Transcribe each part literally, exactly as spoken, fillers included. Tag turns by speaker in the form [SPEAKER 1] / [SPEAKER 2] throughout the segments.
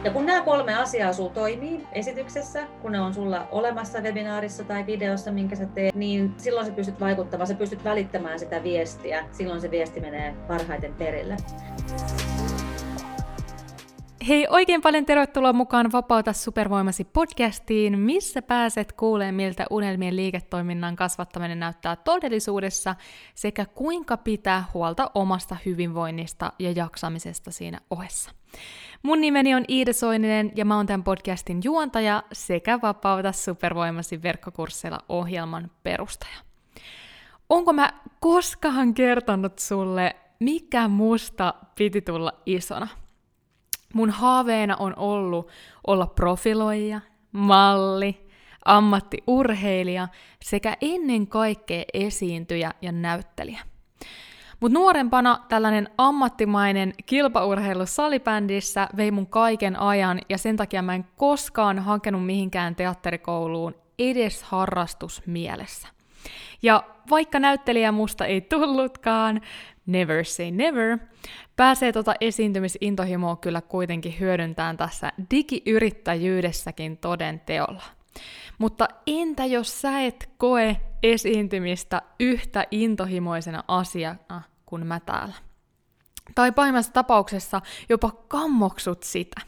[SPEAKER 1] Ja kun nämä kolme asiaa sulla toimii esityksessä, kun ne on sulla olemassa webinaarissa tai videossa, minkä sä teet, niin silloin sä pystyt vaikuttamaan, sä pystyt välittämään sitä viestiä. Silloin se viesti menee parhaiten perille.
[SPEAKER 2] Hei, oikein paljon tervetuloa mukaan Vapauta supervoimasi podcastiin, missä pääset kuulemaan, miltä unelmien liiketoiminnan kasvattaminen näyttää todellisuudessa sekä kuinka pitää huolta omasta hyvinvoinnista ja jaksamisesta siinä ohessa. Mun nimeni on Iida Soininen ja mä oon tämän podcastin juontaja sekä Vapauta supervoimasi verkkokursseilla ohjelman perustaja. Onko mä koskaan kertonut sulle, mikä musta piti tulla isona? Mun haaveena on ollut olla profiloija, malli, ammattiurheilija sekä ennen kaikkea esiintyjä ja näyttelijä. Mut nuorempana tällainen ammattimainen kilpaurheilu salibändissä vei mun kaiken ajan ja sen takia mä en koskaan hakenut mihinkään teatterikouluun edes harrastusmielessä. Ja vaikka näyttelijä musta ei tullutkaan, never say never, pääsee tota esiintymisintohimoa kyllä kuitenkin hyödyntämään tässä digiyrittäjyydessäkin toden teolla. Mutta entä jos sä et koe esiintymistä yhtä intohimoisena asiana kuin mä täällä? Tai pahimmassa tapauksessa jopa kammoksut sitä.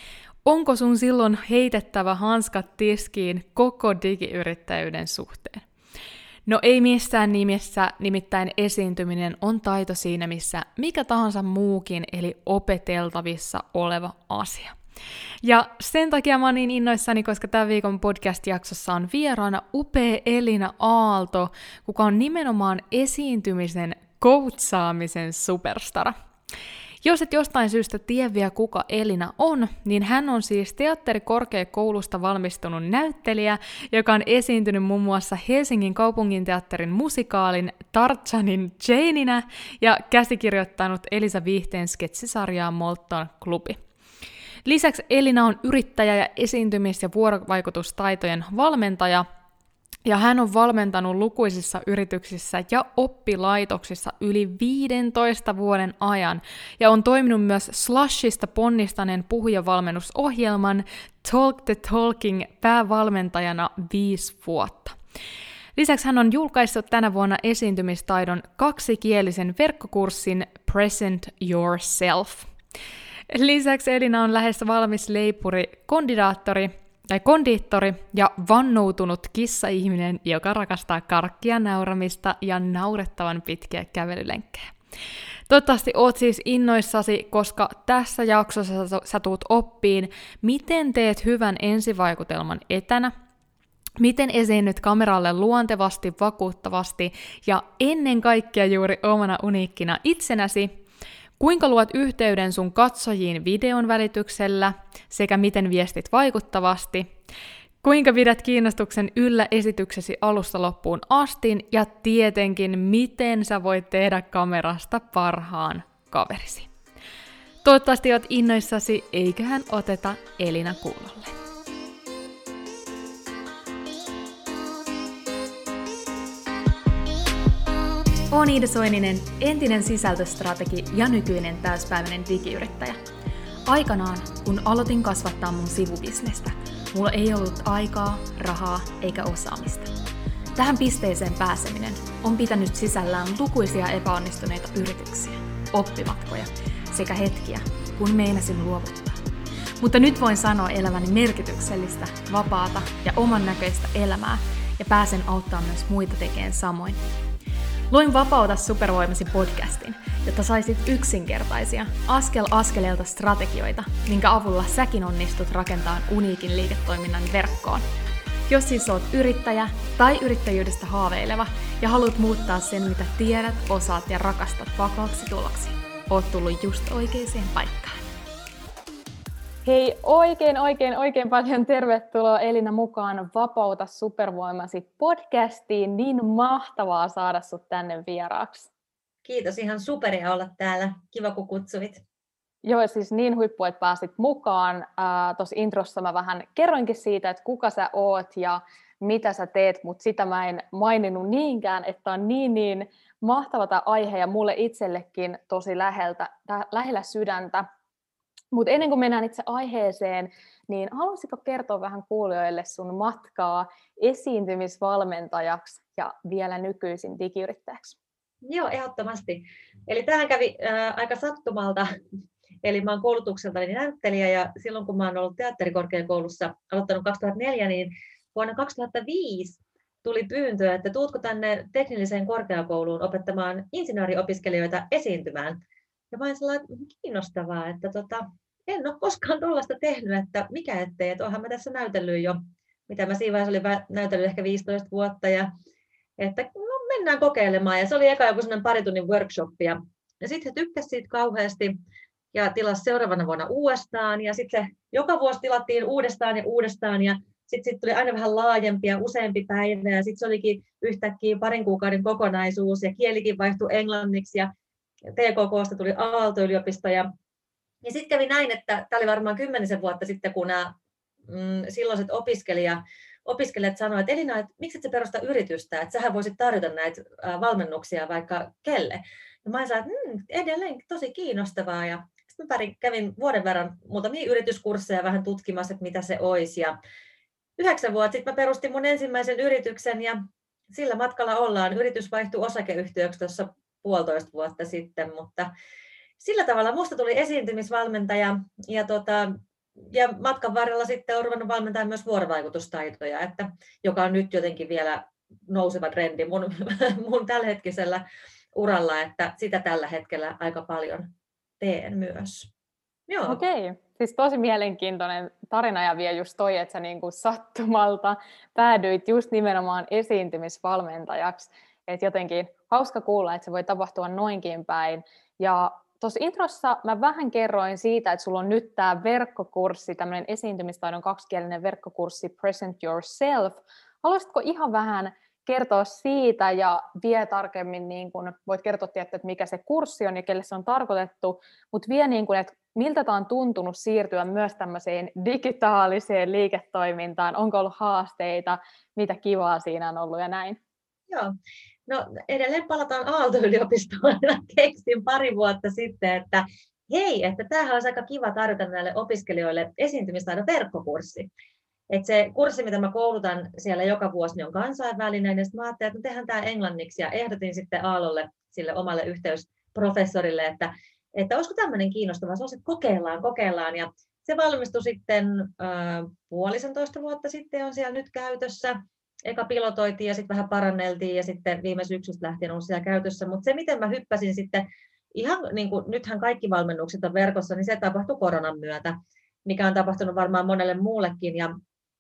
[SPEAKER 2] Onko sun silloin heitettävä hanskat tiskiin koko digiyrittäjyyden suhteen? No ei missään nimessä, nimittäin esiintyminen on taito siinä, missä mikä tahansa muukin, eli opeteltavissa oleva asia. Ja sen takia mä oon niin innoissani, koska tämän viikon podcast-jaksossa on vieraana upea Elina Aalto, kuka on nimenomaan esiintymisen coachaamisen superstara. Jos et jostain syystä tiedä vielä kuka Elina on, niin hän on siis teatterikorkeakoulusta valmistunut näyttelijä, joka on esiintynyt muun muassa Helsingin kaupunginteatterin musikaalin Tarzanin Janeinä ja käsikirjoittanut Elisa Viihteen sketsisarjaa Molton Klubi. Lisäksi Elina on yrittäjä ja esiintymis- ja vuorovaikutustaitojen valmentaja, ja hän on valmentanut lukuisissa yrityksissä ja oppilaitoksissa yli viidentoista vuoden ajan ja on toiminut myös Slushista ponnistaneen puhujavalmennusohjelman Talk the Talking päävalmentajana viisi vuotta. Lisäksi hän on julkaissut tänä vuonna esiintymistaidon kaksikielisen verkkokurssin Present Yourself. Lisäksi Elina on lähes valmis leipuri, kondidaattori, tai kondiittori ja vannoutunut kissa-ihminen, joka rakastaa karkkia, nauramista ja naurettavan pitkiä kävelylenkkejä. Toivottavasti oot siis innoissasi, koska tässä jaksossa sä, sä tuut oppiin, miten teet hyvän ensivaikutelman etänä, miten esiinnyt kameralle luontevasti, vakuuttavasti ja ennen kaikkea juuri omana uniikkina itsenäsi, kuinka luot yhteyden sun katsojiin videon välityksellä sekä miten viestit vaikuttavasti, kuinka pidät kiinnostuksen yllä esityksesi alusta loppuun asti ja tietenkin miten sä voit tehdä kamerasta parhaan kaverisi. Toivottavasti oot innoissasi, eiköhän oteta Elina kuulolle. Oon Iida Soininen, entinen sisältöstrategi ja nykyinen täyspäiväinen digiyrittäjä. Aikanaan, kun aloitin kasvattaa mun sivubisnestä, mulla ei ollut aikaa, rahaa eikä osaamista. Tähän pisteeseen pääseminen on pitänyt sisällään lukuisia epäonnistuneita yrityksiä, oppimatkoja sekä hetkiä, kun meinasin luovuttaa. Mutta nyt voin sanoa eläväni merkityksellistä, vapaata ja oman näköistä elämää ja pääsen auttamaan myös muita tekemään samoin. Luin Vapauta supervoimasi podcastin, jotta saisit yksinkertaisia, askel askeleelta strategioita, minkä avulla säkin onnistut rakentamaan uniikin liiketoiminnan verkkoon. Jos siis oot yrittäjä tai yrittäjyydestä haaveileva ja haluat muuttaa sen, mitä tiedät, osaat ja rakastat vakaaksi tuloksi, oot tullut just oikeaan paikkaan. Hei, oikein, oikein, oikein paljon tervetuloa Elina mukaan Vapauta supervoimasi podcastiin. Niin mahtavaa saada sut tänne vieraaksi.
[SPEAKER 1] Kiitos, ihan superia olla täällä. Kiva, kun kutsuit.
[SPEAKER 2] Joo, siis niin huippu, että pääsit mukaan. Tuossa introssa mä vähän kerroinkin siitä, että kuka sä oot ja mitä sä teet, mutta sitä mä en maininnut niinkään, että on niin, niin mahtava tämä aihe ja mulle itsellekin tosi läheltä, lähellä sydäntä. Mutta ennen kuin mennään itse aiheeseen, niin haluaisitko kertoa vähän kuulijoille sun matkaa esiintymisvalmentajaksi ja vielä nykyisin digiyrittäjäksi?
[SPEAKER 1] Joo, ehdottomasti. Eli tähän kävi äh, aika sattumalta. Eli mä oon koulutukseltani näyttelijä ja silloin kun mä oon ollut teatterikorkeakoulussa aloittanut kaksituhattaneljä, niin vuonna kaksituhattaviisi tuli pyyntö, että tuutko tänne teknilliseen korkeakouluun opettamaan insinööriopiskelijoita esiintymään. Ja mä olin sellainen, että kiinnostavaa, että tota, en ole koskaan tuollaista tehnyt, että mikä ettei, että oonhan mä tässä näytellyt jo, mitä mä siinä vaiheessa olin näytellyt ehkä viisitoista vuotta, ja että no, mennään kokeilemaan. Ja se oli eka joku sellainen pari tunnin workshop, ja, ja sitten he tykkäsivät siitä kauheasti, ja tilasi seuraavana vuonna uudestaan, ja sitten se joka vuosi tilattiin uudestaan ja uudestaan, ja sitten sit tuli aina vähän laajempia, useampi päivä, ja sitten se olikin yhtäkkiä parin kuukauden kokonaisuus, ja kielikin vaihtui englanniksi, ja T K K:sta tuli Aalto-yliopisto, ja, ja sitten kävi näin, että tämä oli varmaan kymmenisen vuotta sitten, kun nämä mm, silloiset opiskelija, opiskelijat sanoivat, että Elina, että miksi et sä perusta yritystä, että sähän voisit tarjota näitä äh, valmennuksia vaikka kelle. Ja mä sanoin, että mm, edelleen tosi kiinnostavaa, ja sitten mä kävin vuoden verran muutamia yrityskursseja vähän tutkimassa, että mitä se olisi, ja yhdeksän vuotta sitten mä perustin mun ensimmäisen yrityksen, ja sillä matkalla ollaan. Yritys vaihtui osakeyhtiöksi tuossa puolitoista vuotta sitten, mutta sillä tavalla musta tuli esiintymisvalmentaja, ja, tota, ja matkan varrella sitten olen ruvennut valmentamaan myös vuorovaikutustaitoja, että, joka on nyt jotenkin vielä nouseva trendi mun, mun tällähetkisellä uralla, että sitä tällä hetkellä aika paljon teen myös. Joo.
[SPEAKER 2] Okei, siis tosi mielenkiintoinen tarina ja vielä just toi, että sä niin kuin sattumalta päädyit just nimenomaan esiintymisvalmentajaksi. Että jotenkin hauska kuulla, että se voi tapahtua noinkin päin. Ja tuossa introssa mä vähän kerroin siitä, että sulla on nyt tämä verkkokurssi, tämmöinen esiintymistaidon kaksikielinen verkkokurssi Present Yourself. Haluaisitko ihan vähän kertoa siitä ja vielä tarkemmin, niin kun voit kertoa, että mikä se kurssi on ja kelle se on tarkoitettu, mutta vielä niin kun, että miltä tämä on tuntunut siirtyä myös tämmöiseen digitaaliseen liiketoimintaan, onko ollut haasteita, mitä kivaa siinä on ollut ja näin?
[SPEAKER 1] Joo, no edelleen palataan Aalto-yliopistoon. Keksin pari vuotta sitten, että hei, että tämähän olisi aika kiva tarjota näille opiskelijoille esiintymistaidon verkkokurssi. Että se kurssi, mitä mä koulutan siellä joka vuosi, niin on kansainvälinen, ja sitten mä ajattelin, että no tehdään tämä englanniksi, ja ehdotin sitten Aallolle, sille omalle yhteysprofessorille, että, että olisiko tämmöinen kiinnostava, se on, että kokeillaan, kokeillaan, ja se valmistui sitten äh, puolisentoista vuotta sitten, on siellä nyt käytössä. Eka pilotoitiin ja sitten vähän paranneltiin, ja sitten viime syksystä lähtien on siellä käytössä, mutta se, miten mä hyppäsin sitten, ihan niin kuin nythän kaikki valmennukset on verkossa, niin se tapahtui koronan myötä, mikä on tapahtunut varmaan monelle muullekin, ja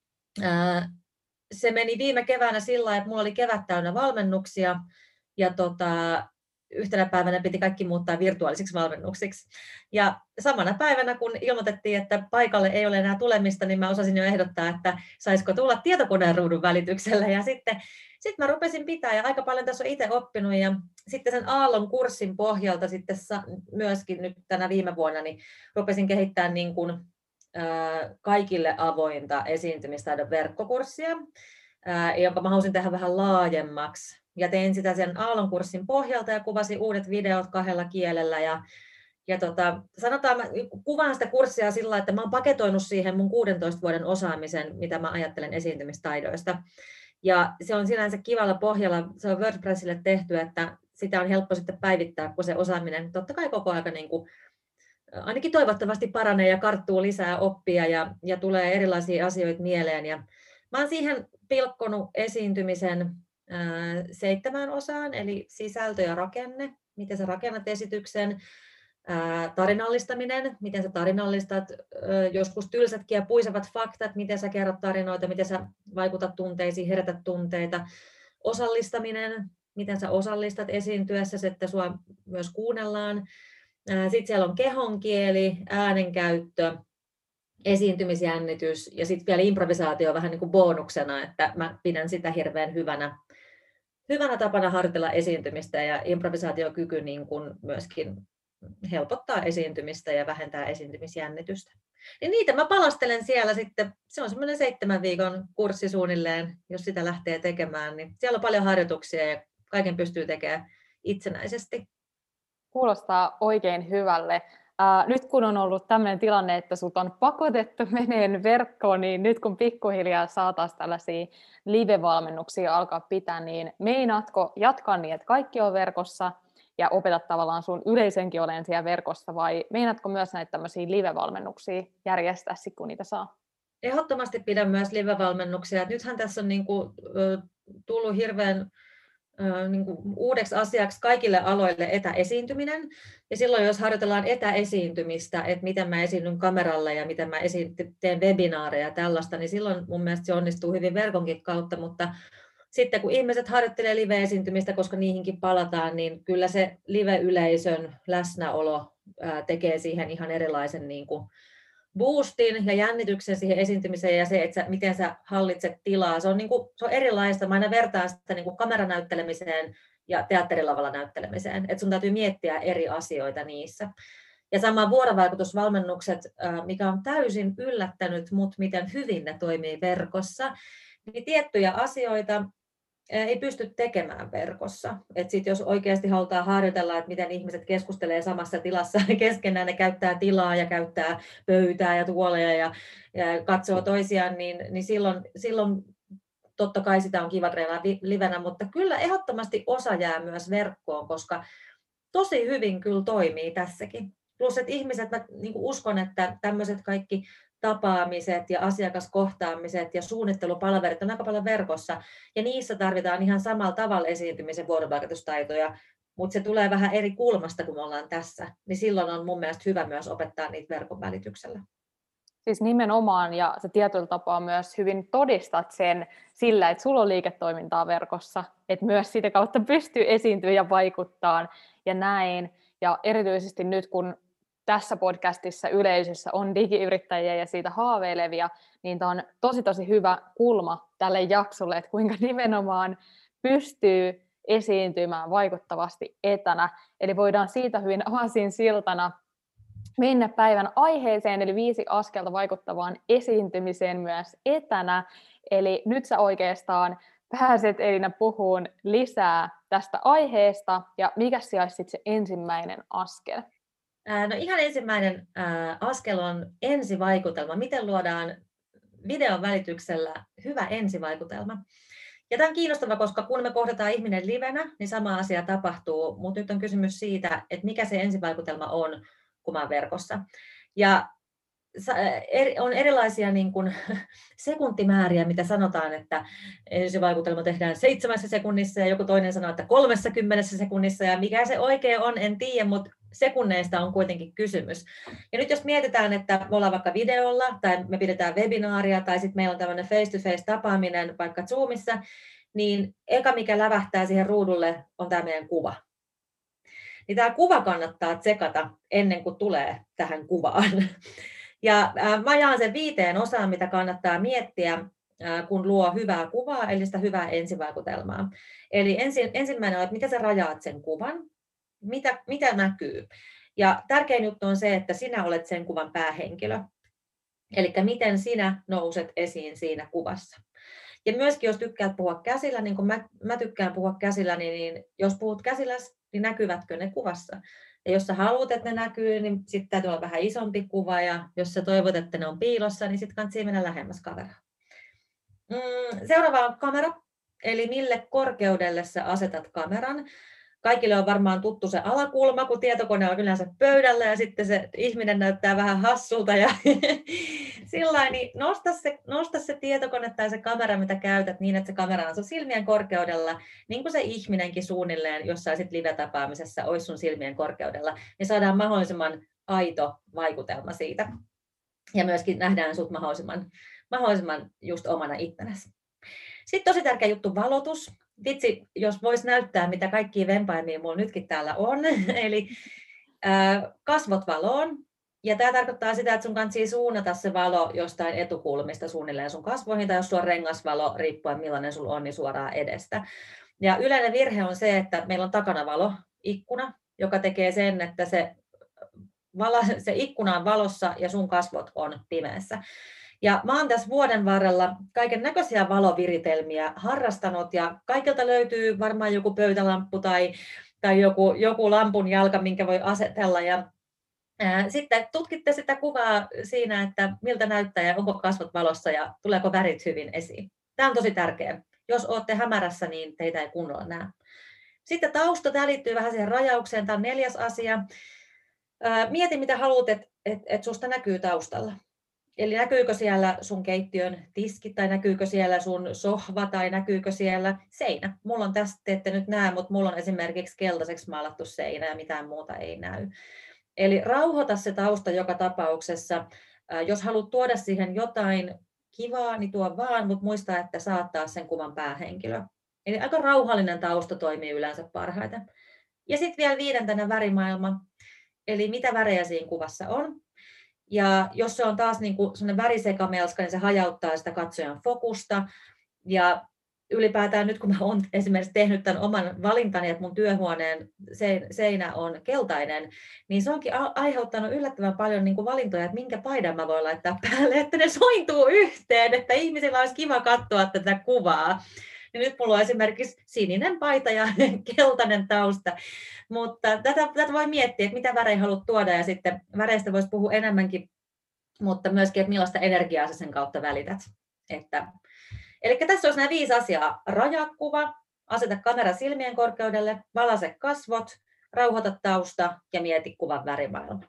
[SPEAKER 1] se meni viime keväänä sillä lailla, että mulla oli kevät täynnä valmennuksia, ja tota, yhtenä päivänä piti kaikki muuttaa virtuaalisiksi valmennuksiksi. Ja samana päivänä, kun ilmoitettiin, että paikalle ei ole enää tulemista, niin mä osasin jo ehdottaa, että saisiko tulla tietokoneen ruudun välityksellä. Ja sitten sit mä rupesin pitää, ja aika paljon tässä on itse oppinut, ja sitten sen Aallon kurssin pohjalta sitten myöskin nyt tänä viime vuonna, niin rupesin kehittämään niin kuin kaikille avointa esiintymistaidon verkkokurssia, jonka mä halusin tehdä vähän laajemmaksi. Ja tein sitä sen Aallon kurssin pohjalta ja kuvasin uudet videot kahdella kielellä. Ja, ja tota, sanotaan, mä kuvaan sitä kurssia sillä, että mä oon paketoinut siihen mun kuudentoista vuoden osaamisen, mitä mä ajattelen esiintymistaidoista. Ja se on sinänsä kivalla pohjalla, se on WordPressille tehty, että sitä on helppo sitten päivittää, kun se osaaminen totta kai koko ajan niin kuin ainakin toivottavasti paranee ja karttuu lisää oppia ja, ja tulee erilaisia asioita mieleen. Ja mä oon siihen pilkkonut esiintymisen ää, seitsemään osaan, eli sisältö ja rakenne, miten sä rakennat esityksen, ää, tarinallistaminen, miten sä tarinallistat ää, joskus tylsätkin ja puisevat faktat, miten sä kerrot tarinoita, miten sä vaikutat tunteisiin, herätät tunteita, osallistaminen, miten sä osallistat esiintyessä, että sua myös kuunnellaan. Sitten siellä on kehonkieli, äänenkäyttö, esiintymisjännitys ja sitten vielä improvisaatio vähän niin kuin bonuksena, että mä pidän sitä hirveän hyvänä, hyvänä tapana harjoitella esiintymistä, ja improvisaatiokyky niin kuin myöskin helpottaa esiintymistä ja vähentää esiintymisjännitystä. Niin niitä mä palastelen siellä sitten, se on semmoinen seitsemän viikon kurssi suunnilleen, jos sitä lähtee tekemään, niin siellä on paljon harjoituksia ja kaiken pystyy tekemään itsenäisesti.
[SPEAKER 2] Kuulostaa oikein hyvälle. Ää, nyt kun on ollut tämmöinen tilanne, että sut on pakotettu meneen verkkoon, niin nyt kun pikkuhiljaa saataisiin tällaisia live-valmennuksia alkaa pitää, niin meinaatko jatkaa niin, että kaikki on verkossa ja opetat tavallaan sun yleisönkin olen siellä verkossa, vai meinaatko myös näitä tämmöisiä live-valmennuksia järjestää sit, kun niitä saa?
[SPEAKER 1] Ehdottomasti pidän myös live-valmennuksia. Nythän tässä on niin kuin, tullut hirveän niin kuin uudeksi asiaksi kaikille aloille etäesiintyminen. Ja silloin, jos harjoitellaan etäesiintymistä, että miten mä esiinnyn kameralla ja miten mä esiin, teen webinaareja ja tällaista, niin silloin mun mielestä se onnistuu hyvin verkonkin kautta, mutta sitten kun ihmiset harjoittelee live-esiintymistä, koska niihinkin palataan, niin kyllä se live-yleisön läsnäolo tekee siihen ihan erilaisen niin kuin boostin ja jännityksen siihen esiintymiseen ja se, että sä, miten sä hallitset tilaa. Se on, niin kuin, se on erilaista. Mä aina vertaan sitä niin kuin kameranäyttelemiseen ja teatterilavalla näyttelemiseen. Että sun täytyy miettiä eri asioita niissä. Ja sama vuorovaikutusvalmennukset, mikä on täysin yllättänyt mut, miten hyvin ne toimii verkossa, niin tiettyjä asioita ei pysty tekemään verkossa. Et sit jos oikeasti halutaan harjoitella, että miten ihmiset keskustelee samassa tilassa keskenään, ne käyttää tilaa ja käyttää pöytää ja tuoleja ja, ja katsoo toisiaan, niin, niin silloin, silloin totta kai sitä on kiva treenaa livenä, mutta kyllä ehdottomasti osa jää myös verkkoon, koska tosi hyvin kyllä toimii tässäkin. Plus, että ihmiset, mä niin kuin uskon, että tämmöiset kaikki tapaamiset ja asiakaskohtaamiset ja suunnittelupalvelut on aika paljon verkossa, ja niissä tarvitaan ihan samalla tavalla esiintymisen vuorovaikutustaitoja, mutta se tulee vähän eri kulmasta, kun me ollaan tässä, niin silloin on mun mielestä hyvä myös opettaa niitä verkon välityksellä.
[SPEAKER 2] Siis nimenomaan, ja sä tietyllä tapaa myös hyvin todistat sen sillä, että sulla on liiketoimintaa verkossa, että myös sitä kautta pystyy esiintyä ja vaikuttaa ja näin, ja erityisesti nyt kun tässä podcastissa yleisössä on digiyrittäjiä ja siitä haaveilevia, niin tämä on tosi tosi hyvä kulma tälle jaksolle, että kuinka nimenomaan pystyy esiintymään vaikuttavasti etänä. Eli voidaan siitä hyvin aasinsiltana mennä päivän aiheeseen, eli viisi askelta vaikuttavaan esiintymiseen myös etänä. Eli nyt sä oikeastaan pääset Elina puhumaan lisää tästä aiheesta, ja mikä sijaisi sitten se ensimmäinen askel?
[SPEAKER 1] No ihan ensimmäinen askel on ensivaikutelma. Miten luodaan videon välityksellä hyvä ensivaikutelma? Ja tämä on kiinnostava, koska kun me kohdataan ihminen livenä, niin sama asia tapahtuu, mutta nyt on kysymys siitä, että mikä se ensivaikutelma on, kun mä oon verkossa. Ja on erilaisia niin kuin sekuntimääriä, mitä sanotaan, että ensivaikutelma tehdään seitsemässä sekunnissa ja joku toinen sanoo, että kolmessakymmenessä sekunnissa, ja mikä se oikein on, en tiedä, mutta sekunneista on kuitenkin kysymys. Ja nyt jos mietitään, että me ollaan vaikka videolla tai me pidetään webinaaria tai sitten meillä on tämmöinen face-to-face tapaaminen vaikka Zoomissa, niin eka mikä lävähtää siihen ruudulle on tämä meidän kuva. Niin tämä kuva kannattaa tsekata ennen kuin tulee tähän kuvaan. Ja mä jaan sen viiteen osaan, mitä kannattaa miettiä, kun luo hyvää kuvaa, eli sitä hyvää ensivaikutelmaa. Eli ensin, ensimmäinen on, että miten sä rajaat sen kuvan, mitä, mitä näkyy. Ja tärkein juttu on se, että sinä olet sen kuvan päähenkilö. Eli miten sinä nouset esiin siinä kuvassa. Ja myöskin jos tykkäät puhua käsillä, niin kuin mä, mä tykkään puhua käsillä, niin, niin jos puhut käsillä, niin näkyvätkö ne kuvassa? Ja jos sä haluat, että ne näkyy, niin sitten täytyy olla vähän isompi kuva, ja jos sä toivot, että ne on piilossa, niin sitten kannattaa mennä lähemmäs kameraa. Mm, seuraava on kamera, eli mille korkeudelle sä asetat kameran. Kaikille on varmaan tuttu se alakulma, kun tietokone on yleensä pöydällä ja sitten se ihminen näyttää vähän hassulta. Ja sillain, niin nosta se, nosta se tietokone tai se kamera, mitä käytät, niin että se kamera on sun silmien korkeudella, niin kuin se ihminenkin suunnilleen jossain sit live-tapaamisessa olisi sun silmien korkeudella, niin saadaan mahdollisimman aito vaikutelma siitä. Ja myöskin nähdään sut mahdollisimman, mahdollisimman just omana ittenäsi. Sitten tosi tärkeä juttu, valotus. Vitsi, jos vois näyttää, mitä kaikkia vempaimia mulla nytkin täällä on. Eli äh, kasvot valoon. Ja tämä tarkoittaa sitä, että sun kannattaa suunnata se valo jostain etukulmista suunnilleen sun kasvoihin, tai jos sulla on rengasvalo, riippuen millainen sulla on, niin suoraan edestä. Ja yleinen virhe on se, että meillä on takana valo, ikkuna, joka tekee sen, että se, vala, se ikkuna on valossa ja sun kasvot on pimeässä. Ja mä oon tässä vuoden varrella kaiken näköisiä valoviritelmiä harrastanut, ja kaikilta löytyy varmaan joku pöytälamppu tai, tai joku, joku lampun jalka, minkä voi asetella. Ja Sitten tutkitte sitä kuvaa siinä, että miltä näyttää ja onko kasvot valossa ja tuleeko värit hyvin esiin. Tämä on tosi tärkeää. Jos olette hämärässä, niin teitä ei kunnolla näe. Sitten tausta, tämä liittyy vähän siihen rajaukseen, tämä on neljäs asia. Mieti, mitä haluat, että et, et susta näkyy taustalla. Eli näkyykö siellä sun keittiön tiski, tai näkyykö siellä sun sohva, tai näkyykö siellä seinä. Mulla on tästä, te ette nyt näe, mutta mulla on esimerkiksi keltaiseksi maalattu seinä ja mitään muuta ei näy. Eli rauhoita se tausta joka tapauksessa. Jos haluat tuoda siihen jotain kivaa, niin tuo vaan, mutta muista, että saattaa sen kuvan päähenkilö. Eli aika rauhallinen tausta toimii yleensä parhaiten. Ja sitten vielä viidentenä värimaailma. Eli mitä värejä siinä kuvassa on. Ja jos se on taas niin kuin sellainen värisekamelska, niin se hajauttaa sitä katsojan fokusta. Ja ylipäätään nyt kun mä oon esimerkiksi tehnyt tämän oman valintani, että mun työhuoneen seinä on keltainen, niin se onkin aiheuttanut yllättävän paljon niin kuin valintoja, että minkä paidan mä voin laittaa päälle, että ne sointuu yhteen, että ihmisillä olisi kiva katsoa tätä kuvaa. Ja nyt mulla on esimerkiksi sininen paita ja keltainen tausta. Mutta tätä, tätä voi miettiä, että mitä värejä haluat tuoda, ja sitten väreistä voisi puhua enemmänkin, mutta myöskin, että millaista energiaa sä sen kautta välität. Että, eli tässä olisi nämä viisi asiaa. Rajaa kuva, aseta kamera silmien korkeudelle, valaise kasvot, rauhoita tausta ja mieti kuvan värimaailma.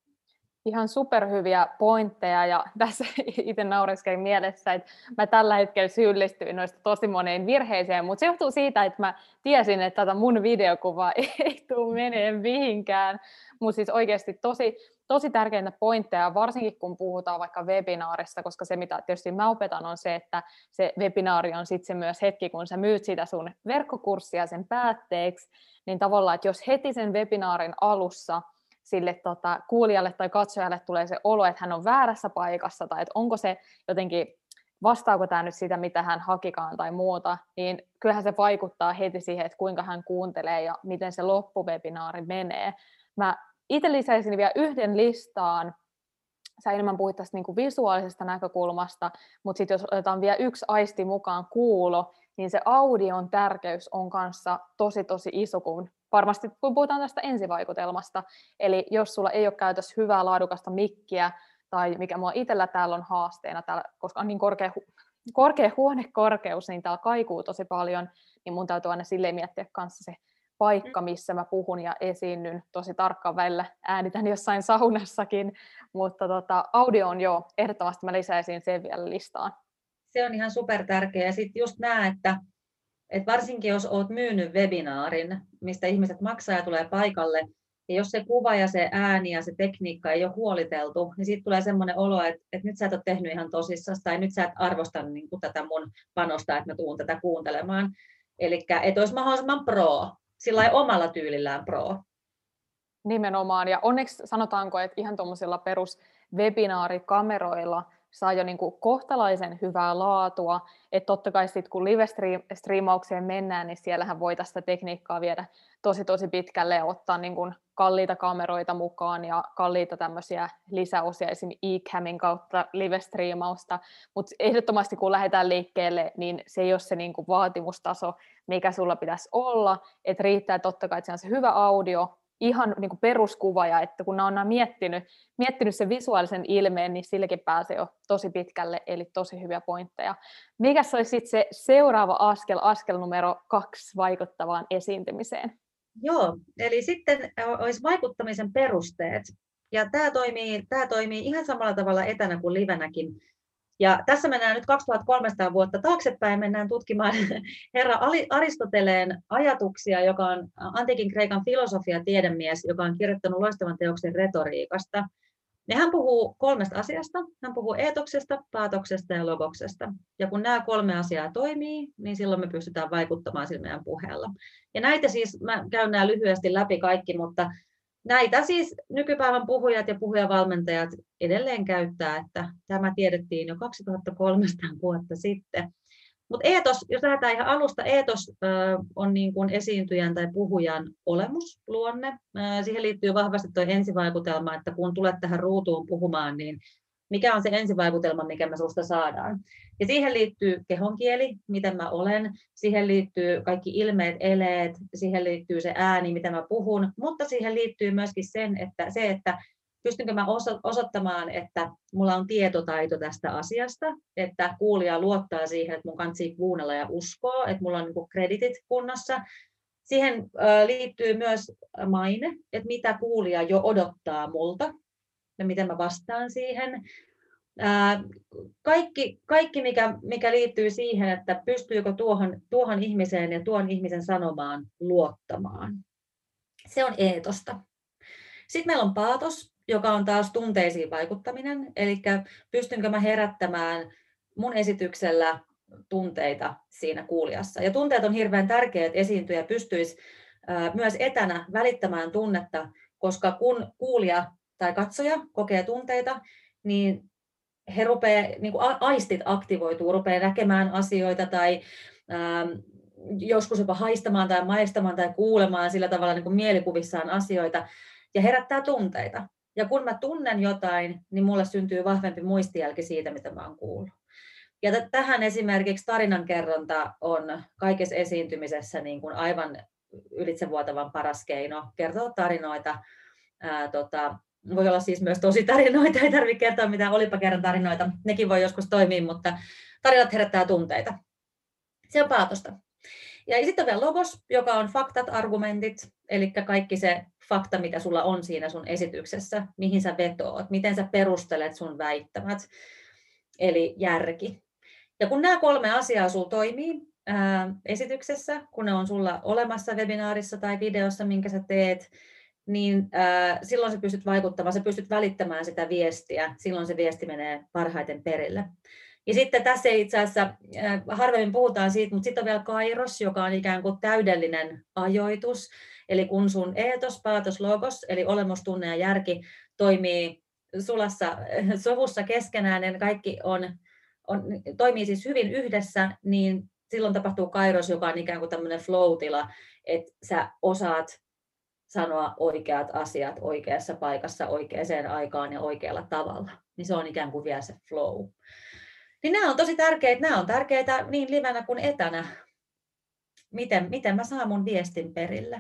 [SPEAKER 2] Ihan superhyviä pointteja, ja tässä itse naureskelin mielessä, että mä tällä hetkellä syyllistyin noista tosi moneen virheeseen, mutta se johtuu siitä, että mä tiesin, että tätä mun videokuvaa ei tule menee mihinkään, mutta siis oikeasti tosi, tosi tärkeitä pointteja, varsinkin kun puhutaan vaikka webinaarista, koska se mitä tietysti mä opetan on se, että se webinaari on sitten se myös hetki, kun sä myyt sitä sun verkkokurssia sen päätteeksi, niin tavallaan, että jos heti sen webinaarin alussa sille tota, kuulijalle tai katsojalle tulee se olo, että hän on väärässä paikassa, tai että onko se jotenkin, vastaako tämä nyt sitä, mitä hän hakikaan tai muuta, niin kyllähän se vaikuttaa heti siihen, että kuinka hän kuuntelee ja miten se loppuvebinaari menee. Mä itse lisäisin vielä yhden listaan, sä enemmän puhuit tästä niin kuin visuaalisesta näkökulmasta, mutta sitten jos otetaan vielä yksi aisti mukaan, kuulo, niin se audion tärkeys on kanssa tosi tosi iso, kun varmasti kun puhutaan tästä ensivaikutelmasta. Eli jos sulla ei ole käytössä hyvää laadukasta mikkiä, tai mikä mua itsellä täällä on haasteena, täällä, koska on niin korkea, korkea huonekorkeus, niin täällä kaikuu tosi paljon, niin mun täytyy aina silleen miettiä kanssa se paikka, missä mä puhun ja esiinnyn. Tosi tarkkaan välillä äänitän jossain saunassakin, mutta tota, audio on jo, ehdottomasti mä lisäisin sen vielä listaan.
[SPEAKER 1] Se on ihan super tärkeä. Ja sitten just nämä, että, että varsinkin jos olet myynyt webinaarin, mistä ihmiset maksaa ja tulee paikalle, ja jos se kuva ja se ääni ja se tekniikka ei ole huoliteltu, niin siitä tulee semmoinen olo, että, että nyt sä et ole tehnyt ihan tosissaan, tai nyt sä et arvosta niin kuin tätä mun panosta, että mä tuun tätä kuuntelemaan. Eli että olisi mahdollisimman pro, sillä ei omalla tyylillään pro.
[SPEAKER 2] Nimenomaan, ja onneksi sanotaanko, että ihan tuommoisilla perus webinaarikameroilla saa jo niin kuin kohtalaisen hyvää laatua, että totta kai sitten kun live-striimaukseen mennään, niin siellähän voi tästä tekniikkaa viedä tosi tosi pitkälle ja ottaa niin kuin kalliita kameroita mukaan ja kalliita tämmöisiä lisäosia, esimerkiksi e-camin kautta live-striimausta, mutta ehdottomasti kun lähdetään liikkeelle, niin se ei ole se niin kuin vaatimustaso, mikä sulla pitäisi olla, että riittää totta kai, että se on se hyvä audio, ihan niin kuin peruskuva, ja että kun on miettinyt, miettinyt sen visuaalisen ilmeen, niin silläkin pääsee jo tosi pitkälle, eli tosi hyviä pointteja. Mikäs olisi sitten se seuraava askel, askel numero kaksi vaikuttavaan esiintymiseen?
[SPEAKER 1] Joo, eli sitten olisi vaikuttamisen perusteet, ja tämä toimii, tämä toimii ihan samalla tavalla etänä kuin livenäkin. Ja tässä mennään nyt kaksituhattakolmesataa vuotta taaksepäin, mennään tutkimaan herra Aristoteleen ajatuksia, joka on antiikin Kreikan filosofia tiedemies, joka on kirjoittanut loistavan teoksen retoriikasta. Ja hän puhuu kolmesta asiasta. Hän puhuu eetoksesta, paatoksesta ja logoksesta. Ja kun nämä kolme asiaa toimii, niin silloin me pystytään vaikuttamaan sillä meidän puheella. Ja näitä siis, mä käyn nämä lyhyesti läpi kaikki, mutta näitä siis nykypäivän puhujat ja puhujavalmentajat edelleen käyttää, että tämä tiedettiin jo kaksituhattakolmesataa vuotta sitten. Mutta eetos, jos lähdetään ihan alusta, eetos äh, on niin kuin esiintyjän tai puhujan olemus, luonne. Äh, siihen liittyy vahvasti tuo ensivaikutelma, että kun tulet tähän ruutuun puhumaan, niin mikä on se ensivaikutelma, mikä me susta saadaan. Ja siihen liittyy kehonkieli, miten mä olen, siihen liittyy kaikki ilmeet, eleet, siihen liittyy se ääni, mitä mä puhun, mutta siihen liittyy myöskin sen, että se, että pystynkö mä osoittamaan, että mulla on tietotaito tästä asiasta, että kuulija luottaa siihen, että mun kansi kuunnella ja uskoa, että mulla on niin kuin kreditit kunnossa. Siihen liittyy myös maine, että mitä kuulija jo odottaa multa ja miten mä vastaan siihen. Kaikki, kaikki mikä, mikä liittyy siihen, että pystyykö tuohon, tuohon ihmiseen ja tuon ihmisen sanomaan luottamaan. Se on eetosta. Sitten meillä on paatos, joka on taas tunteisiin vaikuttaminen, eli pystynkö mä herättämään mun esityksellä tunteita siinä kuulijassa. Ja tunteet on hirveän tärkeää, että esiintyjä pystyisi myös etänä välittämään tunnetta, koska kun kuulija tai katsoja kokee tunteita, niin he rupeaa, niin kuin aistit aktivoituu, rupeaa näkemään asioita tai ähm, joskus jopa haistamaan tai maistamaan tai kuulemaan sillä tavalla niin kuin mielikuvissaan asioita ja herättää tunteita. Ja kun mä tunnen jotain, niin mulle syntyy vahvempi muistijälki siitä, mitä mä oon kuullut. Ja t- tähän esimerkiksi tarinankerronta on kaikessa esiintymisessä niin kuin aivan ylitsevuotavan paras keino kertoa tarinoita. Ää, tota, voi olla siis myös tosi tarinoita, ei tarvitse kertoa mitään olipa kerran tarinoita, nekin voi joskus toimia, mutta tarinat herättää tunteita. Se on paatosta. Ja sitten on vielä logos, joka on faktat, argumentit, eli kaikki se fakta, mitä sulla on siinä sun esityksessä, mihin sä vetoot, miten sä perustelet sun väittämät, eli järki. Ja kun nämä kolme asiaa sulla toimii ää, esityksessä, kun ne on sulla olemassa webinaarissa tai videossa, minkä sä teet, niin äh, silloin sä pystyt vaikuttamaan, sä pystyt välittämään sitä viestiä, silloin se viesti menee parhaiten perille. Ja sitten tässä ei itse asiassa, äh, harvemmin puhutaan siitä, mutta sitten on vielä kairos, joka on ikään kuin täydellinen ajoitus. Eli kun sun eetos, paatos, logos, eli olemus, tunne ja järki toimii sulassa sovussa keskenään, ja kaikki on, on, toimii siis hyvin yhdessä, niin silloin tapahtuu kairos, joka on ikään kuin tämmöinen flow-tila, että sä osaat sanoa oikeat asiat oikeassa paikassa, oikeaan aikaan ja oikealla tavalla. Niin se on ikään kuin vielä se flow. Niin nämä on tosi tärkeitä. Nämä on tärkeitä niin livenä kuin etänä. Miten, miten mä saan mun viestin perille?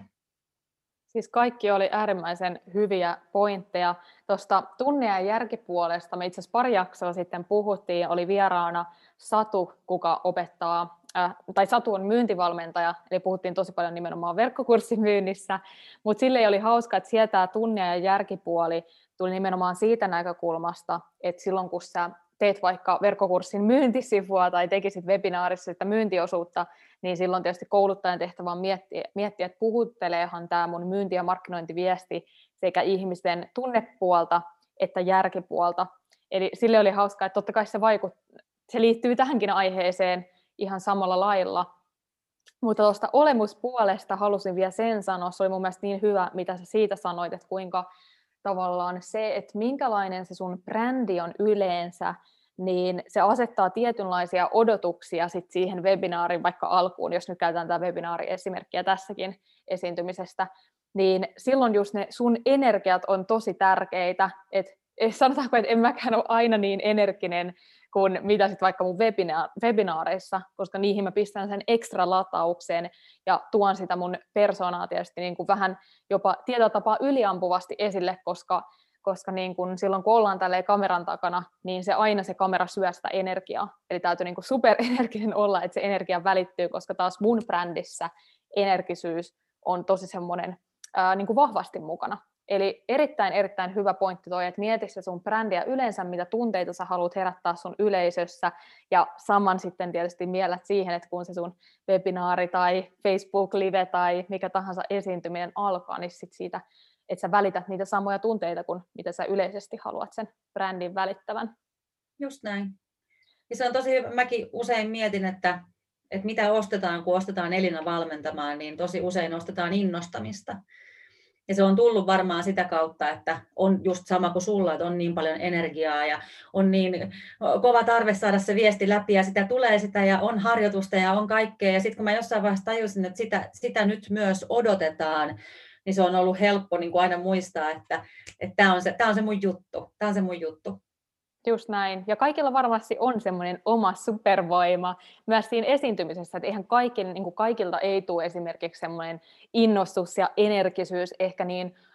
[SPEAKER 2] Siis kaikki oli äärimmäisen hyviä pointteja. Tuosta tunne- ja järkipuolesta me itse asiassa pari jaksoa sitten puhuttiin, oli vieraana Satu, kuka opettaa, äh, tai Satu on myyntivalmentaja, eli puhuttiin tosi paljon nimenomaan verkkokurssimyynnissä, mutta sille oli hauska, että sieltä tämä tunne- ja järkipuoli tuli nimenomaan siitä näkökulmasta, että silloin kun sä teet vaikka verkkokurssin myyntisivua tai tekisit webinaarissa sitä myyntiosuutta, niin silloin tietysti kouluttajan tehtävä on miettiä, miettiä, että puhutteleehan tämä mun myynti- ja markkinointiviesti sekä ihmisten tunnepuolta että järkipuolta. Eli sille oli hauskaa, että totta kai se, vaikut, se liittyy tähänkin aiheeseen ihan samalla lailla. Mutta tuosta olemuspuolesta halusin vielä sen sanoa, se oli mun mielestä niin hyvä, mitä sä siitä sanoit, että kuinka tavallaan se, että minkälainen se sun brändi on yleensä, niin se asettaa tietynlaisia odotuksia sit siihen webinaarin vaikka alkuun, jos nyt käytetään tämä webinaari-esimerkkiä tässäkin esiintymisestä, niin silloin just ne sun energiat on tosi tärkeitä, että sanotaanko, että en mäkään ole aina niin energinen kuin mitä sitten vaikka mun webina- webinaareissa, koska niihin mä pistän sen ekstra latauksen ja tuon sitä mun persoonaa tietysti niin kuin vähän jopa tietyllä tapaa yliampuvasti esille, koska, koska niin kuin silloin kun ollaan tälleen kameran takana, niin se aina se kamera syö sitä energiaa. Eli täytyy niin kuin superenerginen olla, että se energia välittyy, koska taas mun brändissä energisyys on tosi semmoinen ää, niin kuin vahvasti mukana. Eli erittäin, erittäin hyvä pointti toi, että mieti se sun brändiä yleensä, mitä tunteita sä haluat herättää sun yleisössä, ja saman sitten tietysti miellät siihen, että kun se sun webinaari tai Facebook-live tai mikä tahansa esiintyminen alkaa, niin sit siitä, että sä välität niitä samoja tunteita kuin mitä sä yleisesti haluat sen brändin välittävän.
[SPEAKER 1] Just näin. Ja se on tosi hyvä. Mäkin usein mietin, että, että mitä ostetaan, kun ostetaan Elina valmentamaan, niin tosi usein ostetaan innostamista. Ja se on tullut varmaan sitä kautta, että on just sama kuin sulla, että on niin paljon energiaa ja on niin kova tarve saada se viesti läpi ja sitä tulee sitä ja on harjoitusta ja on kaikkea. Ja sitten kun mä jossain vaiheessa tajusin, että sitä, sitä nyt myös odotetaan, niin se on ollut helppo niin kuin aina muistaa, että, että tämä on se, tämä on se mun juttu. Tämä on se mun juttu.
[SPEAKER 2] Just näin. Ja kaikilla varmasti on semmoinen oma supervoima myös siinä esiintymisessä, että eihän kaikin, niin kuin kaikilta ei tule esimerkiksi semmoinen innostus ja energisyys ehkä niin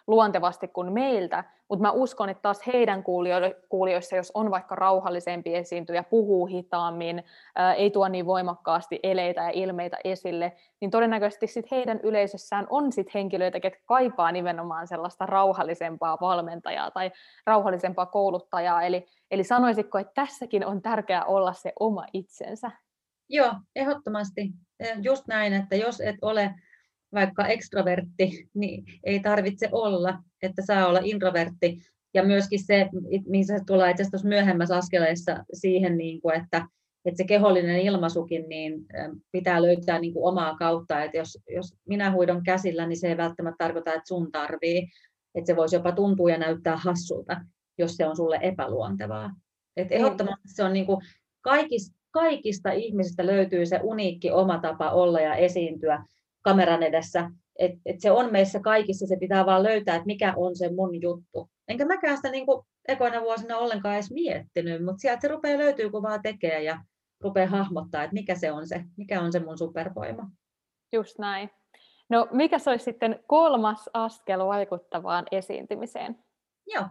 [SPEAKER 2] luontevasti kuin meiltä, mutta mä uskon, että taas heidän kuulijoissa, jos on vaikka rauhallisempi esiintyjä, puhuu hitaammin, ää, ei tuo niin voimakkaasti eleitä ja ilmeitä esille, niin todennäköisesti sit heidän yleisössään on sit henkilöitä, jotka kaipaa nimenomaan sellaista rauhallisempaa valmentajaa tai rauhallisempaa kouluttajaa. Eli, eli sanoisitko, että tässäkin on tärkeää olla se oma itsensä?
[SPEAKER 1] Joo, ehdottomasti. Just näin, että jos et ole vaikka ekstrovertti, niin ei tarvitse olla, että saa olla introvertti. Ja myöskin se, missä se tulee itse asiassa myöhemmässä askeleissa siihen, että, että se kehollinen ilmaisukin niin pitää löytää niin kuin omaa kautta. Että jos, jos minä huidon käsillä, niin se ei välttämättä tarkoita, että sun tarvii. Että se voisi jopa tuntua ja näyttää hassulta, jos se on sulle epäluontevaa. Että ehdottomasti se on niin kuin kaikista, kaikista ihmisistä löytyy se uniikki oma tapa olla ja esiintyä kameran edessä, että et se on meissä kaikissa, se pitää vaan löytää, että mikä on se mun juttu. Enkä mäkään sitä niin kuin ekoina vuosina ollenkaan edes miettinyt, mutta sieltä se rupeaa löytyy, kun vaan tekee ja rupeaa hahmottaa, että mikä se on se, mikä on se mun supervoima.
[SPEAKER 2] Just näin. No mikä se olisi sitten kolmas askel vaikuttavaan esiintymiseen?
[SPEAKER 1] Joo.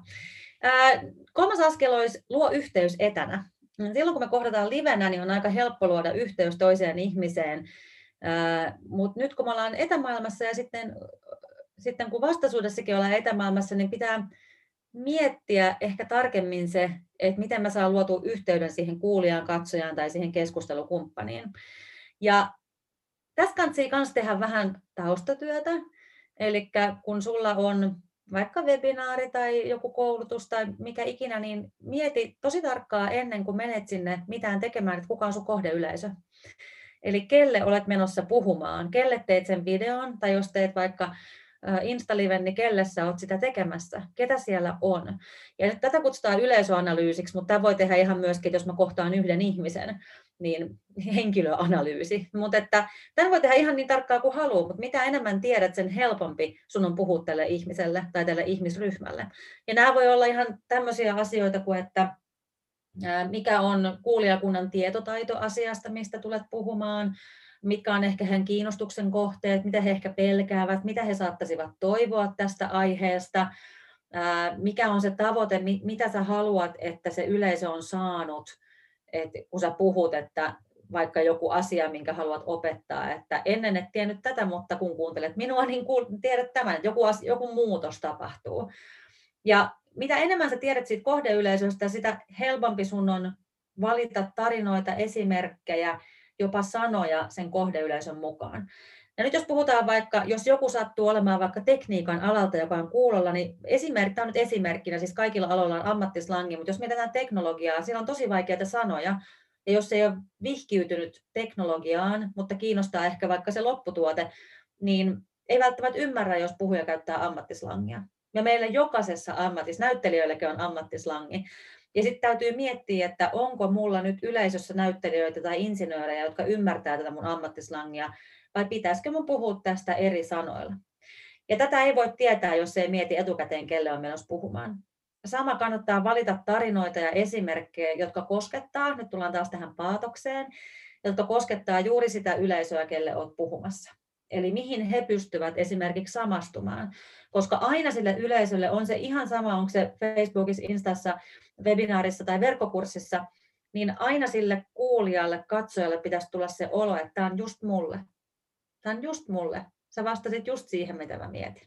[SPEAKER 1] Äh, kolmas askel olisi luo yhteys etänä. Silloin kun me kohdataan livenä, niin on aika helppo luoda yhteys toiseen ihmiseen. Uh, mutta nyt kun me ollaan etämaailmassa ja sitten, sitten kun vastaisuudessakin ollaan etämaailmassa, niin pitää miettiä ehkä tarkemmin se, että miten mä saan luotua yhteyden siihen kuulijaan, katsojaan tai siihen keskustelukumppaniin. Ja tässä kannattaa myös tehdä vähän taustatyötä, eli kun sulla on vaikka webinaari tai joku koulutus tai mikä ikinä, niin mieti tosi tarkkaan ennen kuin menet sinne mitään tekemään, että kuka on sun kohdeyleisö. Eli kelle olet menossa puhumaan, kelle teet sen videon, tai jos teet vaikka Insta-liven, niin kelle sä oot sitä tekemässä, ketä siellä on. Ja nyt tätä kutsutaan yleisöanalyysiksi, mutta tämä voi tehdä ihan myöskin, jos mä kohtaan yhden ihmisen, niin henkilöanalyysi. Mutta että tämän voi tehdä ihan niin tarkkaan kuin haluaa, mutta mitä enemmän tiedät, sen helpompi sun on puhua tälle ihmiselle tai tälle ihmisryhmälle. Ja nämä voi olla ihan tämmöisiä asioita kuin, että mikä on kuulijakunnan tietotaito asiasta, mistä tulet puhumaan, mitkä on ehkä heidän kiinnostuksen kohteet, mitä he ehkä pelkäävät, mitä he saattaisivat toivoa tästä aiheesta, mikä on se tavoite, mitä sä haluat, että se yleisö on saanut, että kun sä puhut, että vaikka joku asia, minkä haluat opettaa, että ennen et tiennyt tätä, mutta kun kuuntelet minua, niin tiedät tämän, että joku, asia, joku muutos tapahtuu. Ja mitä enemmän sä tiedät siitä kohdeyleisöstä, sitä helpompi sun on valita tarinoita, esimerkkejä, jopa sanoja sen kohdeyleisön mukaan. Ja nyt jos puhutaan vaikka, jos joku sattuu olemaan vaikka tekniikan alalta, joka on kuulolla, niin esimerkki, tämä on nyt esimerkkinä, siis kaikilla aloilla on ammattislangi, mutta jos mietitään teknologiaa, siinä on tosi vaikeita sanoja, ja jos ei ole vihkiytynyt teknologiaan, mutta kiinnostaa ehkä vaikka se lopputuote, niin ei välttämättä ymmärrä, jos puhuja käyttää ammattislangia. Ja meillä jokaisessa ammatissa, näyttelijöilläkin on ammattislangi. Ja sitten täytyy miettiä, että onko mulla nyt yleisössä näyttelijöitä tai insinöörejä, jotka ymmärtää tätä mun ammattislangia, vai pitäisikö mun puhua tästä eri sanoilla. Ja tätä ei voi tietää, jos ei mieti etukäteen, kelle on menossa puhumaan. Sama kannattaa valita tarinoita ja esimerkkejä, jotka koskettaa, nyt tullaan taas tähän paatokseen, jotka koskettaa juuri sitä yleisöä, kelle olet puhumassa. Eli mihin he pystyvät esimerkiksi samastumaan. Koska aina sille yleisölle on se ihan sama, onko se Facebookissa, Instassa, webinaarissa tai verkkokurssissa, niin aina sille kuulijalle, katsojalle pitäisi tulla se olo, että tämä on just mulle. Tämä on just mulle. Sä vastasit just siihen, mitä mä mietin.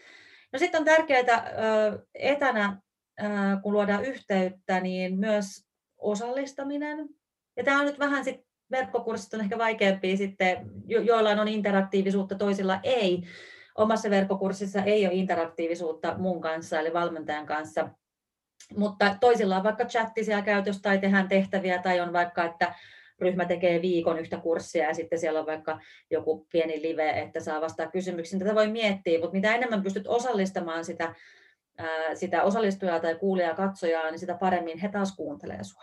[SPEAKER 1] No sitten on tärkeää etänä, kun luodaan yhteyttä, niin myös osallistaminen. Ja tämä on nyt vähän sitten verkkokurssit on ehkä vaikeampia sitten, joillain on interaktiivisuutta, toisilla ei. Omassa verkkokurssissa ei ole interaktiivisuutta mun kanssa, eli valmentajan kanssa, mutta toisilla on vaikka chatti siellä käytössä tai tehdään tehtäviä, tai on vaikka, että ryhmä tekee viikon yhtä kurssia ja sitten siellä on vaikka joku pieni live, että saa vastaa kysymyksiin. Tätä voi miettiä, mutta mitä enemmän pystyt osallistamaan sitä, sitä osallistujaa tai kuulijaa, katsojaa, niin sitä paremmin he taas kuuntelee sua.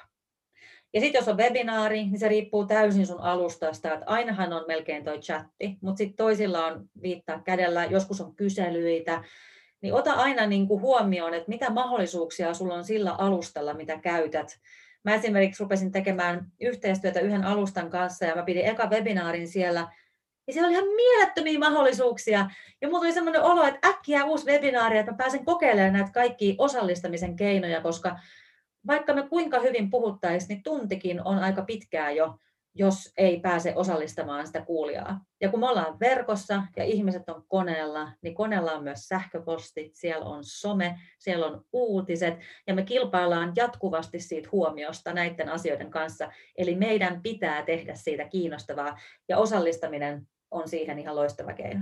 [SPEAKER 1] Ja sitten jos on webinaari, niin se riippuu täysin sun alustasta, että ainahan on melkein toi chatti, mutta sitten toisilla on viittaa kädellä, joskus on kyselyitä, niin ota aina niin kuin huomioon, että mitä mahdollisuuksia sulla on sillä alustalla, mitä käytät. Mä esimerkiksi rupesin tekemään yhteistyötä yhden alustan kanssa ja mä pidin eka webinaarin siellä Ja siellä oli ihan mielettömiä mahdollisuuksia. Ja mulla tuli semmoinen olo, että äkkiä uusi webinaari, että mä pääsen kokeilemaan näitä kaikkia osallistamisen keinoja, koska vaikka me kuinka hyvin puhuttaisiin, niin tuntikin on aika pitkää jo, jos ei pääse osallistamaan sitä kuulijaa. Ja kun me ollaan verkossa ja ihmiset on koneella, niin koneella on myös sähköpostit, siellä on some, siellä on uutiset ja me kilpaillaan jatkuvasti siitä huomiosta näiden asioiden kanssa. Eli meidän pitää tehdä siitä kiinnostavaa ja osallistaminen on siihen ihan loistava keino.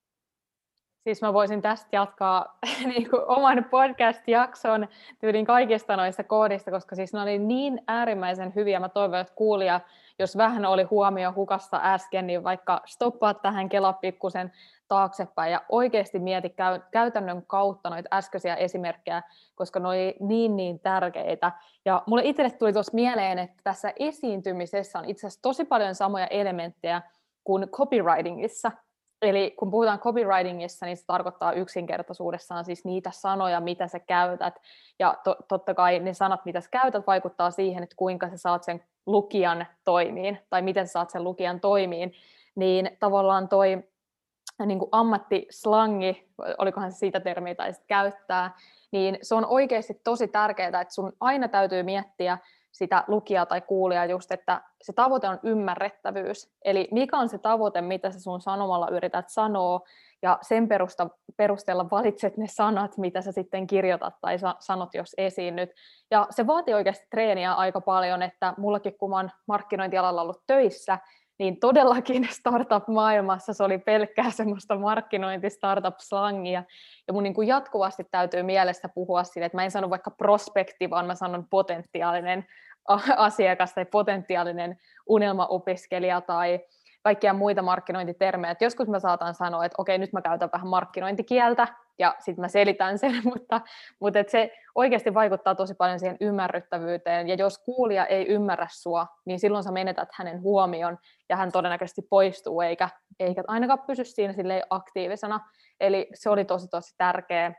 [SPEAKER 2] Siis mä voisin tästä jatkaa niin kuin oman podcast-jakson tyylin kaikista noista koodista, koska siis ne oli niin äärimmäisen hyviä. Mä toivon, että kuulija, jos vähän oli huomio hukassa äsken, niin vaikka stoppaa tähän kelaa pikkusen taaksepäin ja oikeasti mieti käytännön kautta noita äskeisiä esimerkkejä, koska ne oli niin niin tärkeitä. Ja mulle itselle tuli tuossa mieleen, että tässä esiintymisessä on itse asiassa tosi paljon samoja elementtejä kuin copywritingissa. Eli kun puhutaan copywritingissa, niin se tarkoittaa yksinkertaisuudessaan siis niitä sanoja, mitä sä käytät. Ja to, totta kai ne sanat, mitä sä käytät, vaikuttaa siihen, että kuinka sä saat sen lukijan toimiin, tai miten sä saat sen lukijan toimiin. Niin tavallaan toi niin kuin ammattislangi, olikohan se siitä termiä tai sit käyttää, niin se on oikeasti tosi tärkeää, että sun aina täytyy miettiä sitä lukijaa tai kuulijaa just, että se tavoite on ymmärrettävyys. Eli mikä on se tavoite, mitä sä sun sanomalla yrität sanoa, ja sen perusta, perusteella valitset ne sanat, mitä sä sitten kirjoitat tai sa- sanot, jos esiinnyt. Ja se vaatii oikeasti treeniä aika paljon, että mullakin, kun mä oon markkinointialalla ollut töissä, niin todellakin startup-maailmassa se oli pelkkää semmoista markkinointi-startup-slangia. Ja mun niin kuin jatkuvasti täytyy mielessä puhua siitä, että mä en sano vaikka prospekti, vaan mä sanon potentiaalinen asiakas tai potentiaalinen unelmaopiskelija tai kaikkia muita markkinointitermejä. Et joskus mä saatan sanoa, että okei, nyt mä käytän vähän markkinointikieltä ja sitten mä selitän sen, mutta, mutta et se oikeasti vaikuttaa tosi paljon siihen ymmärryttävyyteen. Ja jos kuulija ei ymmärrä sua, niin silloin sä menetät hänen huomion ja hän todennäköisesti poistuu eikä, eikä ainakaan pysy siinä silleen aktiivisena. Eli se oli tosi tosi tärkeä,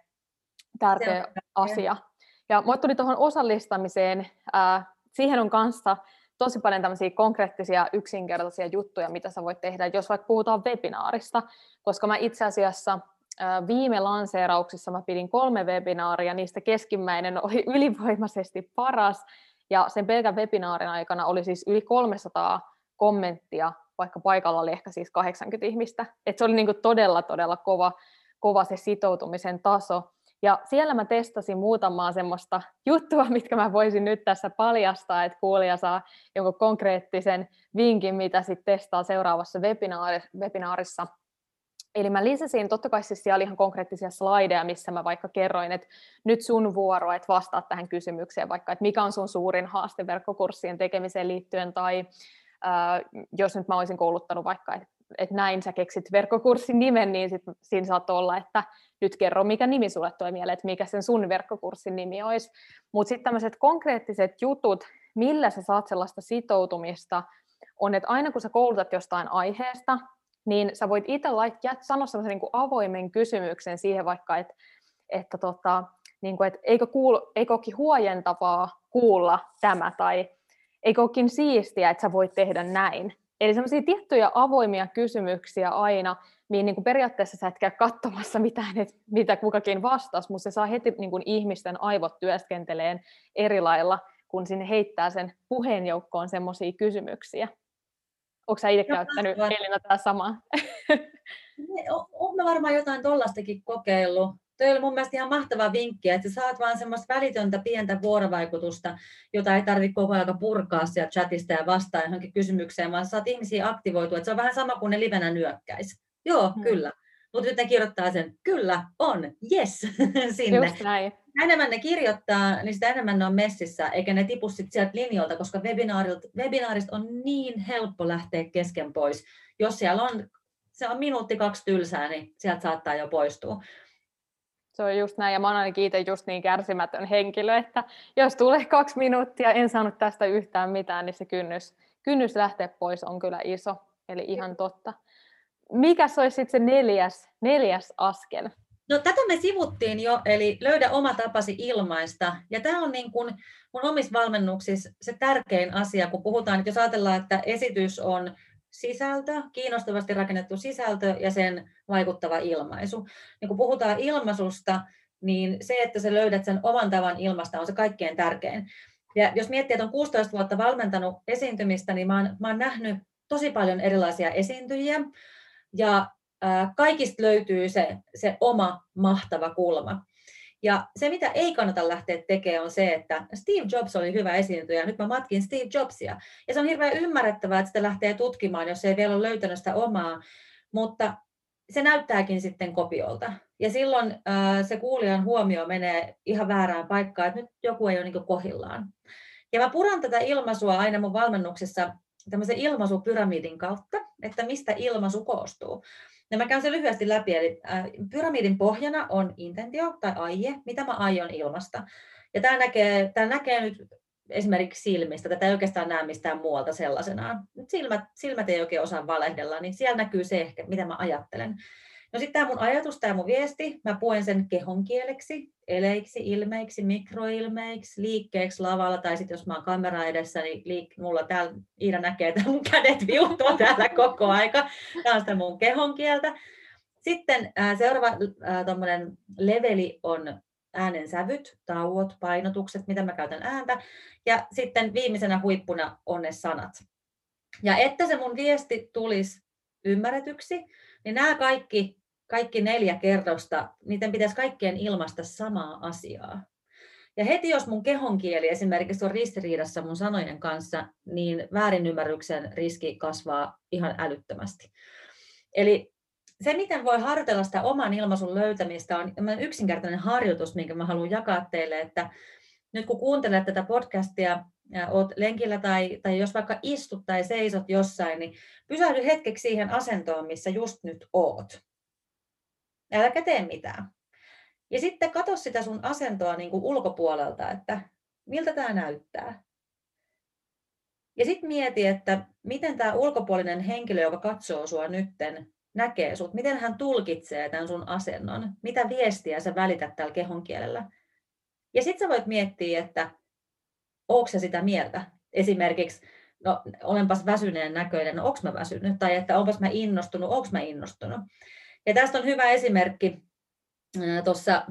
[SPEAKER 2] tärkeä asia. Ja mulle tuli tuohon osallistamiseen, ää, siihen on kanssa tosi paljon tämmöisiä konkreettisia, yksinkertaisia juttuja, mitä sä voit tehdä, jos vaikka puhutaan webinaarista, koska mä itse asiassa ää, viime lanseerauksissa mä pidin kolme webinaaria, niistä keskimmäinen oli ylivoimaisesti paras, ja sen pelkän webinaarin aikana oli siis yli kolmesataa kommenttia, vaikka paikalla oli ehkä siis kahdeksankymmentä ihmistä, et se oli niinku todella, todella kova, kova se sitoutumisen taso. Ja siellä mä testasin muutamaa semmoista juttua, mitkä mä voisin nyt tässä paljastaa, että kuulija saa jonkun konkreettisen vinkin, mitä sitten testaa seuraavassa webinaarissa. Eli mä lisäsin, totta kai siis siellä oli ihan konkreettisia slideja, missä mä vaikka kerroin, että nyt sun vuoro, että vastaat tähän kysymykseen, vaikka että mikä on sun suurin haaste verkkokurssien tekemiseen liittyen, tai äh, jos nyt mä olisin kouluttanut vaikka, että että näin sä keksit verkkokurssin nimen, niin sit siinä saat olla, että nyt kerro, mikä nimi sulle tulee mieleen, että mikä sen sun verkkokurssin nimi olisi. Mutta sitten tämmöiset konkreettiset jutut, millä sä saat sellaista sitoutumista, on, että aina kun sä koulutat jostain aiheesta, niin sä voit itse sanoa sellaisen niin kuin avoimen kysymyksen siihen vaikka, että, että, tota, niin kuin, että eikö, kuul, eikö olekin huojentavaa kuulla tämä, tai eikö olekin siistiä, että sä voit tehdä näin. Eli semmoisia tiettyjä avoimia kysymyksiä aina, mihin niin kuin periaatteessa sä et käy katsomassa mitään, että mitä kukakin vastasi, mutta se saa heti niin kuin ihmisten aivot työskenteleen eri lailla, kun sinne heittää sen puheenjoukkoon semmoisia kysymyksiä. Oletko sä itse no, käyttänyt, no, Elina, tämä samaa?
[SPEAKER 1] Olen varmaan jotain tollaistakin kokeillut. Tuo oli mun mielestä ihan mahtava vinkki, että sä saat vaan semmoista välitöntä pientä vuorovaikutusta, jota ei tarvitse koko ajan purkaa sieltä chatista ja vastaa johonkin kysymykseen, vaan sä saat ihmisiä aktivoitua. Että se on vähän sama kuin ne livenä nyökkäisi. Joo, hmm. kyllä. Mutta nyt ne kirjoittaa sen, kyllä, on, yes, sinne.
[SPEAKER 2] Just näin.
[SPEAKER 1] Enemmän ne kirjoittaa, niin sitä enemmän ne on messissä, eikä ne tipu sit sieltä linjoilta, koska webinaarista on niin helppo lähteä kesken pois. Jos siellä on, se on minuutti kaksi tylsää, niin sieltä saattaa jo poistua.
[SPEAKER 2] Se on just näin, ja mä oon ainakin itse just niin kärsimätön henkilö, että jos tulee kaksi minuuttia, en saanut tästä yhtään mitään, niin se kynnys, kynnys lähteä pois on kyllä iso, eli ihan totta. Mikäs olisi sitten se neljäs, neljäs askel?
[SPEAKER 1] No tätä me sivuttiin jo, eli löydä oma tapasi ilmaista, ja tämä on niin kuin mun omissa valmennuksissa se tärkein asia, kun puhutaan, että jos ajatellaan, että esitys on sisältö, kiinnostavasti rakennettu sisältö ja sen vaikuttava ilmaisu. Ja kun puhutaan ilmaisusta, niin se, että sä löydät sen oman tavan ilmasta, on se kaikkein tärkein. Ja jos miettii, että on kuusitoista vuotta valmentanut esiintymistä, niin mä oon, mä oon nähnyt tosi paljon erilaisia esiintyjiä, ja ää, kaikista löytyy se, se oma mahtava kulma. Ja se, mitä ei kannata lähteä tekemään, on se, että Steve Jobs oli hyvä esiintyjä, nyt mä matkin Steve Jobsia. Ja se on hirveän ymmärrettävää, että sitä lähtee tutkimaan, jos ei vielä ole löytänyt sitä omaa, mutta se näyttääkin sitten kopiolta. Ja silloin ää, se kuulijan huomio menee ihan väärään paikkaan, että nyt joku ei ole niin kuin kohdillaan. Ja mä puran tätä ilmaisua aina mun valmennuksessa tämmöisen ilmaisupyramidin kautta, että mistä ilmaisu koostuu. Ja mä käyn sen lyhyesti läpi, eli pyramidin pohjana on intentio tai aie, mitä mä aion ilmaista. Ja tämä näkee, tämä näkee nyt esimerkiksi silmistä, tätä ei oikeastaan näe mistään muualta sellaisenaan. Nyt silmät, silmät ei oikein osaa valehdella, niin siellä näkyy se ehkä, mitä mä ajattelen. No sitten tämä mun ajatus, tämä mun viesti, mä puen sen kehonkieleksi, eleiksi, ilmeiksi, mikroilmeiksi, liikkeeksi lavalla, tai sitten jos mä oon kamera edessä, niin liik- mulla täällä, Iida näkee, että mun kädet viuhtuu täällä koko aika. Tämä on sitä mun kehonkieltä. Sitten ää, seuraava ää, tommonen leveli on äänensävyt, tauot, painotukset, mitä mä käytän ääntä. Ja sitten viimeisenä huippuna on ne sanat. Ja että se mun viesti tulisi ymmärretyksi, niin nämä kaikki, kaikki neljä kerrosta, niiden pitäisi kaikkien ilmaista samaa asiaa. Ja heti jos mun kehonkieli esimerkiksi on ristiriidassa mun sanojen kanssa, niin väärinymmärryksen riski kasvaa ihan älyttömästi. Eli se, miten voi harjoitella sitä oman ilmaisun löytämistä, on yksinkertainen harjoitus, minkä mä haluan jakaa teille, että nyt kun kuuntelet tätä podcastia, ja oot lenkillä tai, tai jos vaikka istut tai seisot jossain, niin pysähdy hetkeksi siihen asentoon, missä just nyt oot. Äläkä tee mitään. Ja sitten katso sitä sun asentoa niin kuin ulkopuolelta, että miltä tämä näyttää. Ja sitten mieti, että miten tämä ulkopuolinen henkilö, joka katsoo sua nytten, näkee sut, miten hän tulkitsee tämän sun asennon, mitä viestiä sä välität tällä kehonkielellä. Ja sitten sä voit miettiä, että ootko sä sitä mieltä? Esimerkiksi, no olenpas väsyneen näköinen, no onko mä väsynyt? Tai että onpas mä innostunut, onko mä innostunut? Ja tästä on hyvä esimerkki tuossa,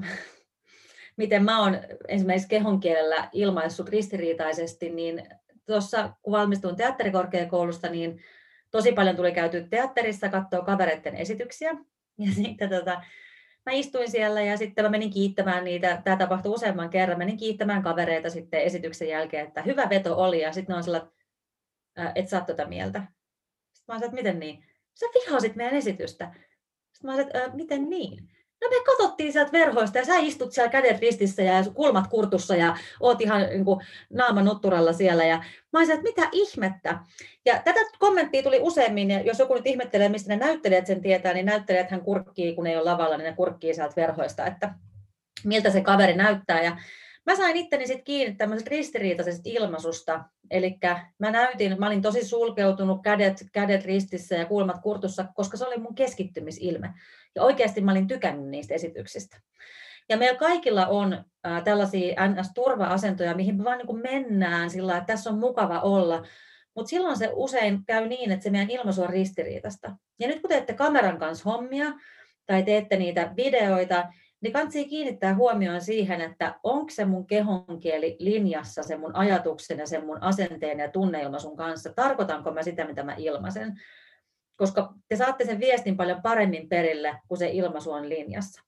[SPEAKER 1] miten mä oon esimerkiksi kehonkielellä ilmaissut ristiriitaisesti, niin tuossa kun valmistuin teatterikorkeakoulusta, niin tosi paljon tuli käyty teatterissa katsoa kavereiden esityksiä. Ja sitten tota, mä istuin siellä ja sitten mä menin kiittämään niitä, tämä tapahtui useamman kerran, menin kiittämään kavereita sitten esityksen jälkeen, että hyvä veto oli, ja sitten ne on sellainen, että sä oot tota mieltä. Sitten mä sanoin, että miten niin? Sä vihasit meidän esitystä. Sitten mä sanoin, että miten niin? No me katsottiin sieltä verhoista ja sä istut siellä kädet ristissä ja kulmat kurtussa ja oot ihan niin kuin naama nutturalla siellä. Ja mä olisin, että mitä ihmettä. Ja tätä kommenttia tuli useammin, ja jos joku nyt ihmettelee, mistä ne näyttelijät sen tietää, niin näyttelijät hän kurkkii, kun ei ole lavalla, niin ne kurkkii sieltä verhoista, että miltä se kaveri näyttää. Ja mä sain itteni sitten kiinni tämmöisestä ristiriitaisesta ilmaisusta. Eli mä näytin, mä olin tosi sulkeutunut, kädet, kädet ristissä ja kulmat kurtussa, koska se oli mun keskittymisilme. Ja oikeasti mä olin tykännyt niistä esityksistä. Ja meillä kaikilla on ää, tällaisia N S-turva-asentoja, mihin me vaan niin kuin mennään sillä, että tässä on mukava olla. Mutta silloin se usein käy niin, että se meidän ilmaisu on ristiriitasta. Ja nyt kun teette kameran kanssa hommia tai teette niitä videoita, niin kannattaa kiinnittää huomioon siihen, että onko se mun kehonkieli linjassa sen mun ajatuksen ja sen mun asenteen ja tunneilmaisun kanssa. Tarkoitanko mä sitä, mitä mä ilmaisen? Koska te saatte sen viestin paljon paremmin perille, kun se ilmaisu on linjassa.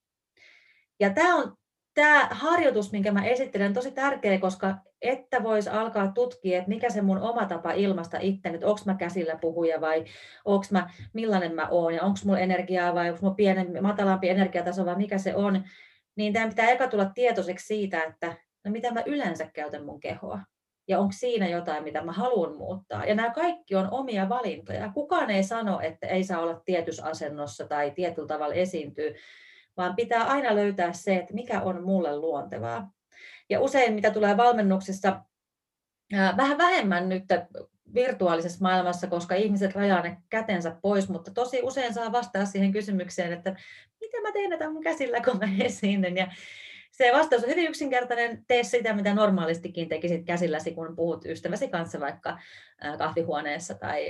[SPEAKER 1] Ja tämä on tämä harjoitus, minkä mä esittelen, on tosi tärkeä, koska että voisi alkaa tutkia, että mikä se mun oma tapa ilmaista itteni, että onko mä käsillä puhuja vai onko mä, millainen mä oon ja onko mulla energiaa vai onko mulla pienen, matalampi energiataso vai mikä se on, niin tämän pitää eka tulla tietoiseksi siitä, että no mitä mä yleensä käytän mun kehoa ja onko siinä jotain, mitä mä haluan muuttaa. Ja nämä kaikki on omia valintoja. Kukaan ei sano, että ei saa olla tietyssä asennossa tai tietyllä tavalla esiintyä, vaan pitää aina löytää se, että mikä on mulle luontevaa. Ja usein, mitä tulee valmennuksessa, vähän vähemmän nyt virtuaalisessa maailmassa, koska ihmiset rajaa ne kätensä pois, mutta tosi usein saa vastaa siihen kysymykseen, että mitä mä teen näitä mun käsillä, kun mä esiinnyn. Ja se vastaus on hyvin yksinkertainen, tee sitä, mitä normaalistikin tekisit käsilläsi, kun puhut ystäväsi kanssa vaikka kahvihuoneessa tai,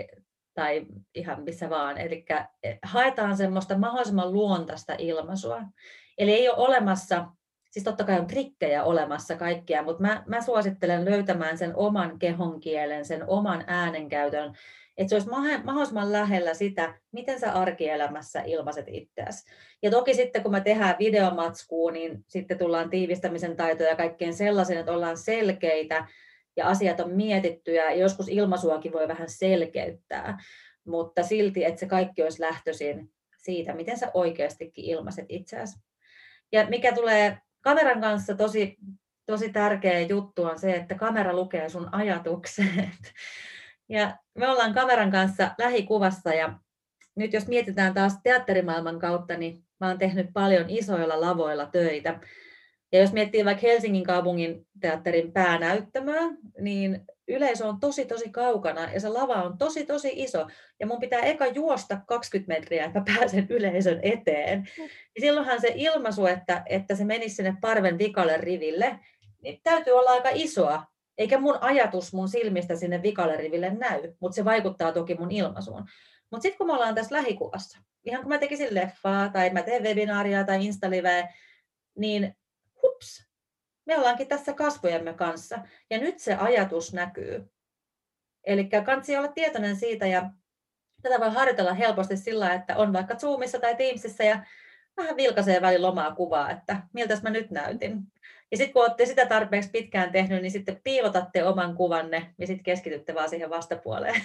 [SPEAKER 1] tai ihan missä vaan. Eli haetaan semmoista mahdollisimman luontaista ilmaisua. Eli ei ole olemassa, siis totta kai on trikkejä olemassa kaikkia, mutta mä, mä suosittelen löytämään sen oman kehonkielen, sen oman äänenkäytön, että se olisi mahdollisimman lähellä sitä, miten sä arkielämässä ilmaiset itseäsi. Ja toki sitten, kun me tehdään videomatskua, niin sitten tullaan tiivistämisen taitoja ja kaikkeen sellaisen, että ollaan selkeitä ja asiat on mietitty ja joskus ilmaisuakin voi vähän selkeyttää, mutta silti, että se kaikki olisi lähtöisin siitä, miten sä oikeastikin ilmaiset itseäsi. Ja mikä tulee kameran kanssa tosi, tosi tärkeä juttu on se, että kamera lukee sun ajatukset. Ja me ollaan kameran kanssa lähikuvassa ja nyt jos mietitään taas teatterimaailman kautta, niin mä oon tehnyt paljon isoilla lavoilla töitä. Ja jos miettii vaikka Helsingin kaupungin teatterin päänäyttämöä, niin yleisö on tosi tosi kaukana ja se lava on tosi tosi iso. Ja mun pitää eka juosta kaksikymmentä metriä, että mä pääsen yleisön eteen. Ja silloinhan se ilmaisu, että, että se menisi sinne parven vikalle riville, niin täytyy olla aika isoa. Eikä mun ajatus mun silmistä sinne vikalle riville näy, mutta se vaikuttaa toki mun ilmaisuun. Mutta sitten kun me ollaan tässä lähikuvassa, ihan kun mä tekisin leffaa tai mä teen webinaaria tai instaliveä, niin hups, me ollaankin tässä kasvojemme kanssa ja nyt se ajatus näkyy. Eli kannattaa olla tietoinen siitä ja tätä voi harjoitella helposti sillä, että on vaikka Zoomissa tai Teamsissa ja vähän vilkaisee välillä omaa kuvaa, että miltäs mä nyt näytin. Ja sitten kun olette sitä tarpeeksi pitkään tehnyt, niin sitten piilotatte oman kuvanne ja sitten keskitytte vaan siihen vastapuoleen.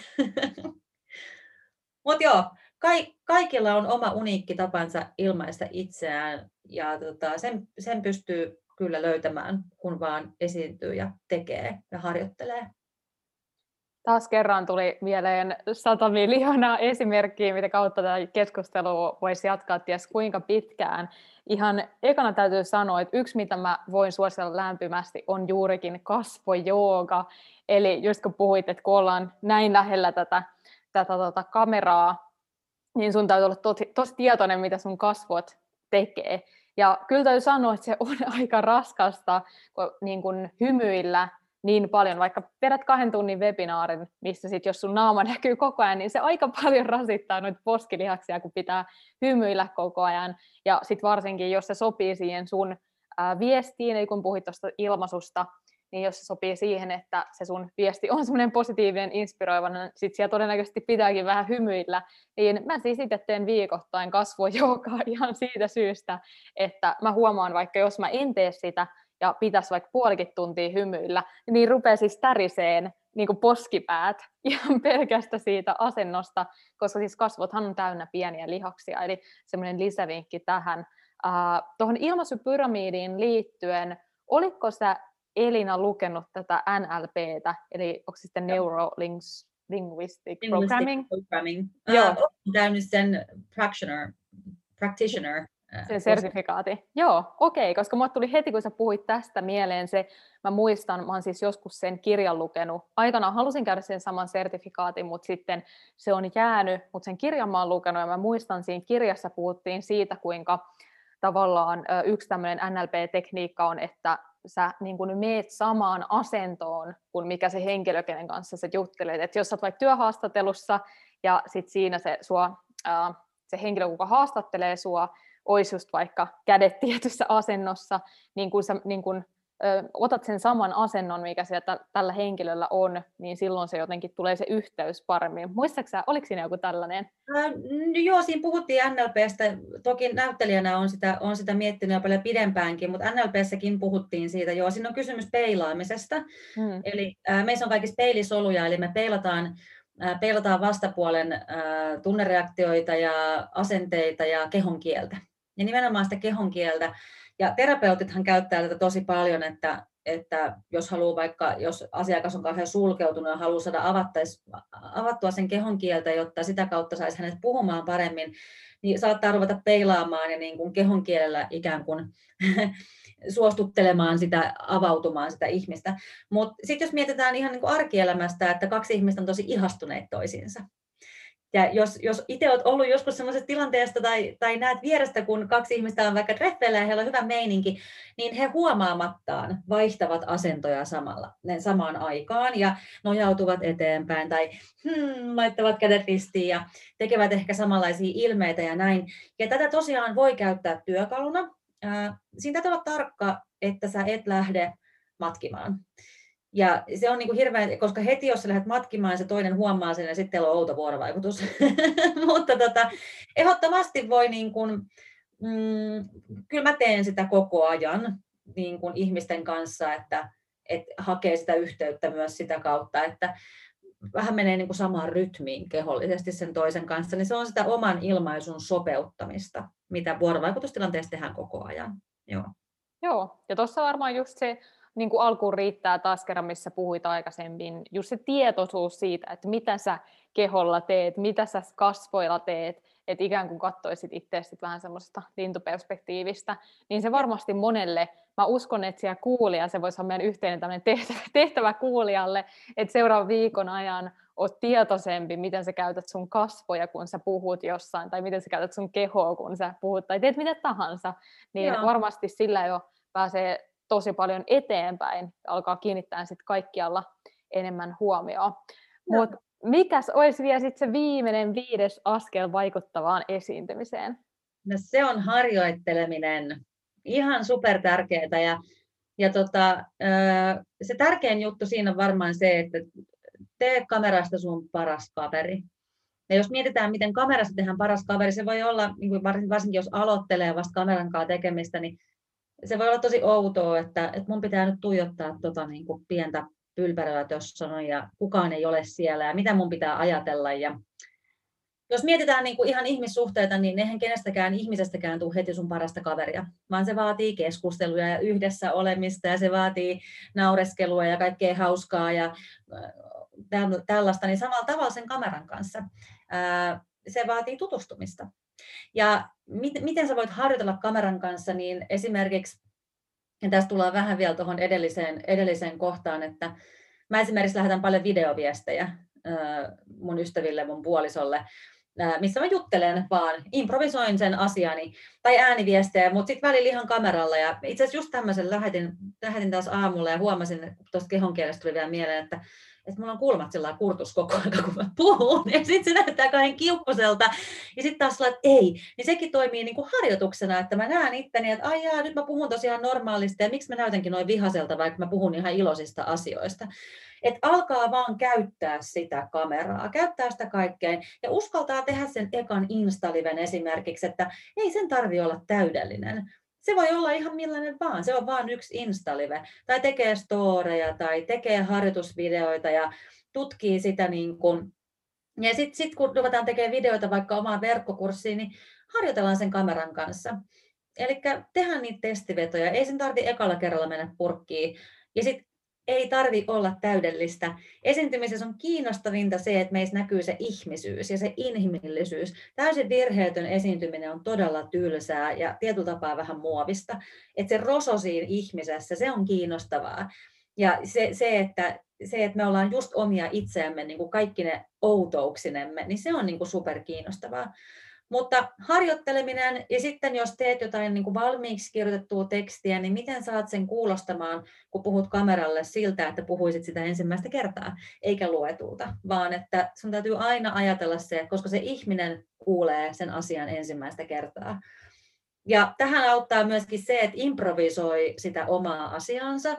[SPEAKER 1] Mutta joo, kaikilla on oma uniikki tapansa ilmaista itseään ja tota, sen, sen pystyy kyllä löytämään, kun vaan esiintyy ja tekee ja harjoittelee.
[SPEAKER 2] Taas kerran tuli mieleen sata miljoonaa esimerkkiä, mitä kautta tätä keskustelua voisi jatkaa ties kuinka pitkään. Ihan ekana täytyy sanoa, että yksi mitä mä voin suositella lämpimästi on juurikin kasvojooga. Eli just kun puhuit, että kun ollaan näin lähellä tätä, tätä tota kameraa, niin sun täytyy olla tosi, tosi tietoinen, mitä sun kasvot tekee. Ja kyllä täytyy sanoa, että se on aika raskasta niin kun hymyillä niin paljon, vaikka vedät kahden tunnin webinaarin, missä sit, jos sun naama näkyy koko ajan, niin se aika paljon rasittaa noita poskilihaksia, kun pitää hymyillä koko ajan. Ja sitten varsinkin, jos se sopii siihen sun ää, viestiin, eli kun puhuit tuosta ilmaisusta, niin jos se sopii siihen, että se sun viesti on semmoinen positiivinen, inspiroiva, niin sitten siellä todennäköisesti pitääkin vähän hymyillä. Niin mä siis itse teen viikoittain kasvojoogaa ihan siitä syystä, että mä huomaan, vaikka jos mä en tee sitä, ja pitäisi vaikka puolikin tuntia hymyillä, niin rupeaa siis täriseen niin kuin poskipäät ihan pelkästä siitä asennosta, koska siis kasvothan on täynnä pieniä lihaksia, eli semmoinen lisävinkki tähän. Uh, tuohon ilmaisupyramidiin liittyen, oliko sä Elina lukenut tätä N L P:tä, eli onko se sitten Neuro-Linguistic
[SPEAKER 1] Linguistic
[SPEAKER 2] Programming?
[SPEAKER 1] programming.
[SPEAKER 2] Joo.
[SPEAKER 1] Uh, olen käynyt sen practitioner, practitioner.
[SPEAKER 2] Sen sertifikaati. Joo, okei, koska mulle tuli heti, kun sä puhuit tästä mieleen se, mä muistan, mä oon siis joskus sen kirjan lukenut. Aikanaan halusin käydä sen saman sertifikaatin, mutta sitten se on jäänyt, mutta sen kirjan mä oon lukenut ja mä muistan, siinä kirjassa puhuttiin siitä, kuinka tavallaan yksi tämmöinen N L P-tekniikka on, että sä niin kun meet samaan asentoon kuin mikä se henkilö, kenen kanssa sä juttelet. Et jos sä oot vaikka työhaastattelussa ja sit siinä se, sua, ää, se henkilö, kuka haastattelee sua, olisi just vaikka kädet tietyssä asennossa, niin kun sä niin kun, ö, otat sen saman asennon, mikä sieltä tällä henkilöllä on, niin silloin se jotenkin tulee se yhteys paremmin. Muistatko sä, oliko siinä joku tällainen?
[SPEAKER 1] Äh, joo, siinä puhuttiin N L P:stä. Toki näyttelijänä on sitä, on sitä miettinyt jo paljon pidempäänkin, mutta N L P:ssäkin puhuttiin siitä. Joo, siinä on kysymys peilaamisesta. Hmm. Eli äh, meissä on kaikissa peilisoluja, eli me peilataan äh, peilataan vastapuolen äh, tunnereaktioita ja asenteita ja kehonkieltä. Ja nimenomaan sitä kehonkieltä. Ja terapeutithan käyttää tätä tosi paljon, että, että jos haluaa vaikka, jos asiakas on kauhean sulkeutunut ja haluaa saada avattua sen kehonkieltä, jotta sitä kautta saisi hänet puhumaan paremmin, niin saattaa ruveta peilaamaan ja niin kuin kehonkielellä ikään kuin suostuttelemaan sitä, avautumaan sitä ihmistä. Mutta sitten jos mietitään ihan niin kuin arkielämästä, että kaksi ihmistä on tosi ihastuneet toisiinsa. Ja jos, jos itse olet ollut joskus sellaisessa tilanteesta tai, tai näet vierestä, kun kaksi ihmistä on vaikka treffeillä ja heillä on hyvä meininki, niin he huomaamattaan vaihtavat asentoja samalla, ne samaan aikaan ja nojautuvat eteenpäin tai hmm, laittavat kädet ristiin ja tekevät ehkä samanlaisia ilmeitä ja näin. Ja tätä tosiaan voi käyttää työkaluna. Siinä täytyy olla tarkka, että sä et lähde matkimaan. Ja se on niin kuin hirveän, koska heti jos sä lähdet matkimaan, se toinen huomaa sen ja sitten teillä on outo vuorovaikutus. Mutta tota, ehdottomasti voi, niin kuin, mm, kyllä mä teen sitä koko ajan niin kuin ihmisten kanssa, että, että hakee sitä yhteyttä myös sitä kautta, että vähän menee niin kuin samaan rytmiin kehollisesti sen toisen kanssa, niin se on sitä oman ilmaisun sopeuttamista, mitä vuorovaikutustilanteessa tehdään koko ajan. Joo,
[SPEAKER 2] Joo. Ja tuossa varmaan just se, niin kuin alkuun riittää taas kerran, missä puhuit aikaisemmin, just se tietoisuus siitä, että mitä sä keholla teet, mitä sä kasvoilla teet, että ikään kuin katsoisit itseäsi vähän semmoisesta lintuperspektiivistä, niin se varmasti monelle, mä uskon, että siellä kuulija, se voisi olla meidän yhteinen tämmöinen tehtävä, tehtävä kuulijalle, että seuraavan viikon ajan oot tietoisempi, miten sä käytät sun kasvoja, kun sä puhut jossain, tai miten sä käytät sun kehoa, kun sä puhut, tai teet mitä tahansa, niin Joo. varmasti sillä jo pääsee tosi paljon eteenpäin, alkaa kiinnittää sit kaikkialla enemmän huomioon. Mutta mikäs olisi vielä sit se viimeinen viides askel vaikuttavaan esiintymiseen?
[SPEAKER 1] No se on harjoitteleminen. Ihan super tärkeää. Ja, ja tota, se tärkein juttu siinä on varmaan se, että tee kamerasta sun paras kaveri. Ja jos mietitään, miten kamerasta tehdään paras kaveri, se voi olla, varsinkin jos aloittelee vasta kameran kanssa tekemistä, niin se voi olla tosi outoa, että, että mun pitää nyt tuijottaa tota niin kuin pientä pylpäröä tuossa noin ja kukaan ei ole siellä ja mitä mun pitää ajatella. Ja jos mietitään niin kuin ihan ihmissuhteita, niin eihän kenestäkään ihmisestäkään tule heti sun parasta kaveria, vaan se vaatii keskusteluja ja yhdessä olemista ja se vaatii naureskelua ja kaikkea hauskaa ja tällaista, niin samalla tavalla sen kameran kanssa. Se vaatii tutustumista. Ja miten sä voit harjoitella kameran kanssa, niin esimerkiksi, ja tässä tullaan vähän vielä tuohon edelliseen, edelliseen kohtaan, että mä esimerkiksi lähetän paljon videoviestejä mun ystäville, mun puolisolle, missä mä juttelen vaan, improvisoin sen asiani, tai ääniviestejä, mutta sitten välillä ihan kameralla. Ja itse asiassa just tämmöisen lähetin, lähetin taas aamulla ja huomasin, että tuosta kehon kielestä tuli vielä mieleen, että että mulla on kulmat sillä kurtus koko ajan, kun mä puhun, ja sitten se näyttää kauhean kiukkuselta, ja sitten taas sillä, että ei, niin sekin toimii niin kuin harjoituksena, että mä näen itteni, että ai jaa, nyt mä puhun tosiaan normaalisti, ja miksi mä näytänkin noin vihaselta, vaikka mä puhun ihan iloisista asioista. Että alkaa vaan käyttää sitä kameraa, käyttää sitä kaikkeen, ja uskaltaa tehdä sen ekan Insta-liven esimerkiksi, että ei sen tarvitse olla täydellinen. Se voi olla ihan millainen vaan, se on vaan yksi Insta-live, tai tekee storeja, tai tekee harjoitusvideoita ja tutkii sitä niin kuin. Ja sitten sit kun ruvetaan tekemään videoita vaikka omaan verkkokurssiin, niin harjoitellaan sen kameran kanssa. Eli tehdään niitä testivetoja, ei sen tarvitse ekalla kerralla mennä purkkiin. Ja sitten ei tarvitse olla täydellistä. Esiintymisessä on kiinnostavinta se, että meissä näkyy se ihmisyys ja se inhimillisyys. Täysin virheetön esiintyminen on todella tylsää ja tietyllä tapaa vähän muovista. Että se roso siinä ihmisessä, se on kiinnostavaa. Ja se, se, että, se että me ollaan just omia itseämme, niin kuin kaikki ne outouksinemme, niin se on niin kuin superkiinnostavaa. Mutta harjoitteleminen ja sitten jos teet jotain niin kuin valmiiksi kirjoitettua tekstiä, niin miten saat sen kuulostamaan, kun puhut kameralle siltä, että puhuisit sitä ensimmäistä kertaa, eikä luetulta, vaan että sun täytyy aina ajatella se, koska se ihminen kuulee sen asian ensimmäistä kertaa. Ja tähän auttaa myöskin se, että improvisoi sitä omaa asiansa,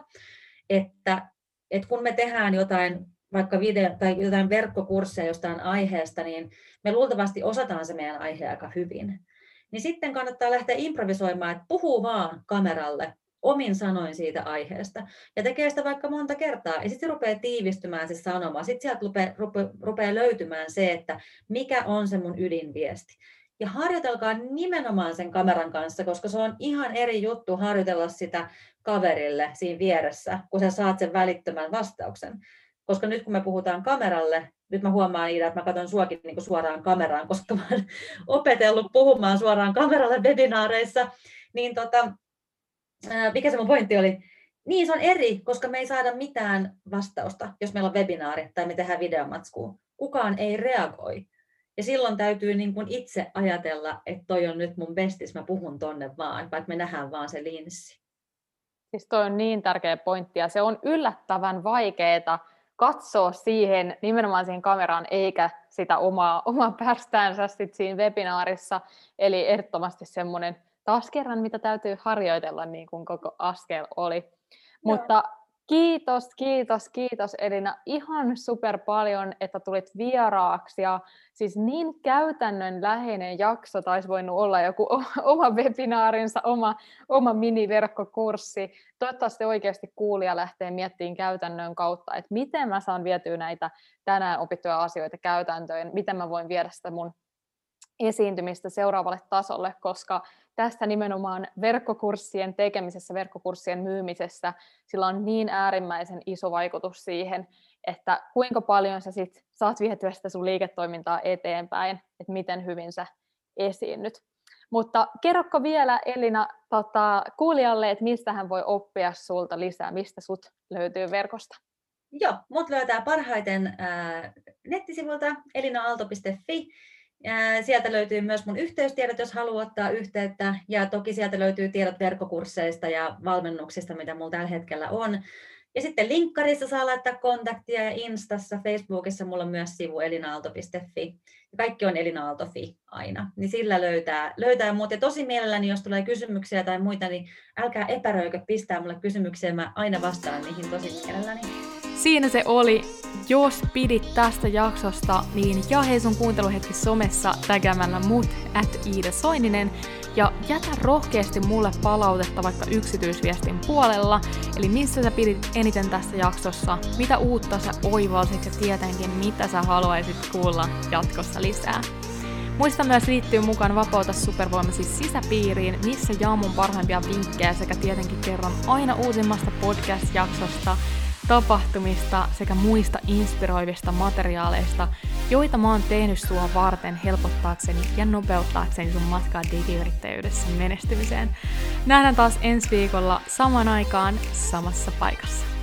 [SPEAKER 1] että, että kun me tehdään jotain vaikka video tai jotain verkkokursseja jostain aiheesta, niin me luultavasti osataan se meidän aihe aika hyvin. Niin sitten kannattaa lähteä improvisoimaan, että puhuu vaan kameralle omin sanoin siitä aiheesta ja tekee sitä vaikka monta kertaa. Ja sitten se rupeaa tiivistymään se sanoma. Sitten sieltä rupeaa, rupeaa, rupeaa löytymään se, että mikä on se mun ydinviesti. Ja harjoitelkaa nimenomaan sen kameran kanssa, koska se on ihan eri juttu harjoitella sitä kaverille siinä vieressä, kun sä saat sen välittömän vastauksen. Koska nyt kun me puhutaan kameralle, nyt mä huomaan Iida, että mä katson suakin niin kuin suoraan kameraan, koska mä olen opetellut puhumaan suoraan kameralle webinaareissa, niin tota, mikä se mun pointti oli? Niin se on eri, koska me ei saada mitään vastausta, jos meillä on webinaari tai me tehdään videomatskua. Kukaan ei reagoi. Ja silloin täytyy niin kuin itse ajatella, että toi on nyt mun bestis, mä puhun tonne vaan, vaikka me nähdään vaan se linssi.
[SPEAKER 2] Siis toi on niin tärkeä pointti, ja se on yllättävän vaikeaa katsoa siihen, nimenomaan siihen kameraan, eikä sitä omaa, omaa pärstäänsä sit siinä webinaarissa. Eli ehdottomasti semmoinen taas kerran, mitä täytyy harjoitella, niin kuin koko askel oli. Joo. Mutta kiitos, kiitos, kiitos Elina ihan super paljon, että tulit vieraaksi. Ja siis niin käytännönläheinen jakso taisi voinut olla joku oma webinaarinsa, oma, oma miniverkkokurssi. Toivottavasti oikeasti kuulija lähtee miettimään käytännön kautta, että miten mä saan vietyä näitä tänään opittuja asioita käytäntöön, miten mä voin viedä sitä mun esiintymistä seuraavalle tasolle, koska tästä nimenomaan verkkokurssien tekemisessä, verkkokurssien myymisessä, sillä on niin äärimmäisen iso vaikutus siihen, että kuinka paljon sä sit saat vietyä sitä sun liiketoimintaa eteenpäin, että miten hyvin sä esiinnyt. Mutta kerrokko vielä Elina tota, kuulijalle, että mistä hän voi oppia sulta lisää, mistä sut löytyy verkosta?
[SPEAKER 1] Joo, mut löytää parhaiten äh, nettisivulta elina aalto piste fi. Sieltä löytyy myös mun yhteystiedot, jos haluaa ottaa yhteyttä, ja toki sieltä löytyy tiedot verkkokursseista ja valmennuksista, mitä mulla tällä hetkellä on. Ja sitten linkkarissa saa laittaa kontaktia, ja Instassa, Facebookissa mulla on myös sivu elina aalto piste fi. Ja kaikki on elina aalto piste fi aina, niin sillä löytää, löytää muut. Ja tosi mielelläni, jos tulee kysymyksiä tai muita, niin älkää epäröikö pistää mulle kysymyksiä, mä aina vastaan niihin tosi mielelläni.
[SPEAKER 2] Siinä se oli. Jos pidit tästä jaksosta, niin jaa sun kuunteluhetki somessa tägäämällä mut at Iida Soininen ja jätä rohkeasti mulle palautetta vaikka yksityisviestin puolella, eli missä sä pidit eniten tästä jaksossa, mitä uutta sä oivalsit ja tietenkin mitä sä haluaisit kuulla jatkossa lisää. Muista myös liittyä mukaan Vapauta supervoimasi sisäpiiriin, missä jaan mun parhaimpia vinkkejä sekä tietenkin kerron aina uusimmasta podcast-jaksosta, tapahtumista sekä muista inspiroivista materiaaleista, joita mä oon tehnyt sua varten helpottaakseni ja nopeuttaakseni sun matkaa digiyrittäjyydessä menestymiseen. Nähdään taas ensi viikolla saman aikaan samassa paikassa.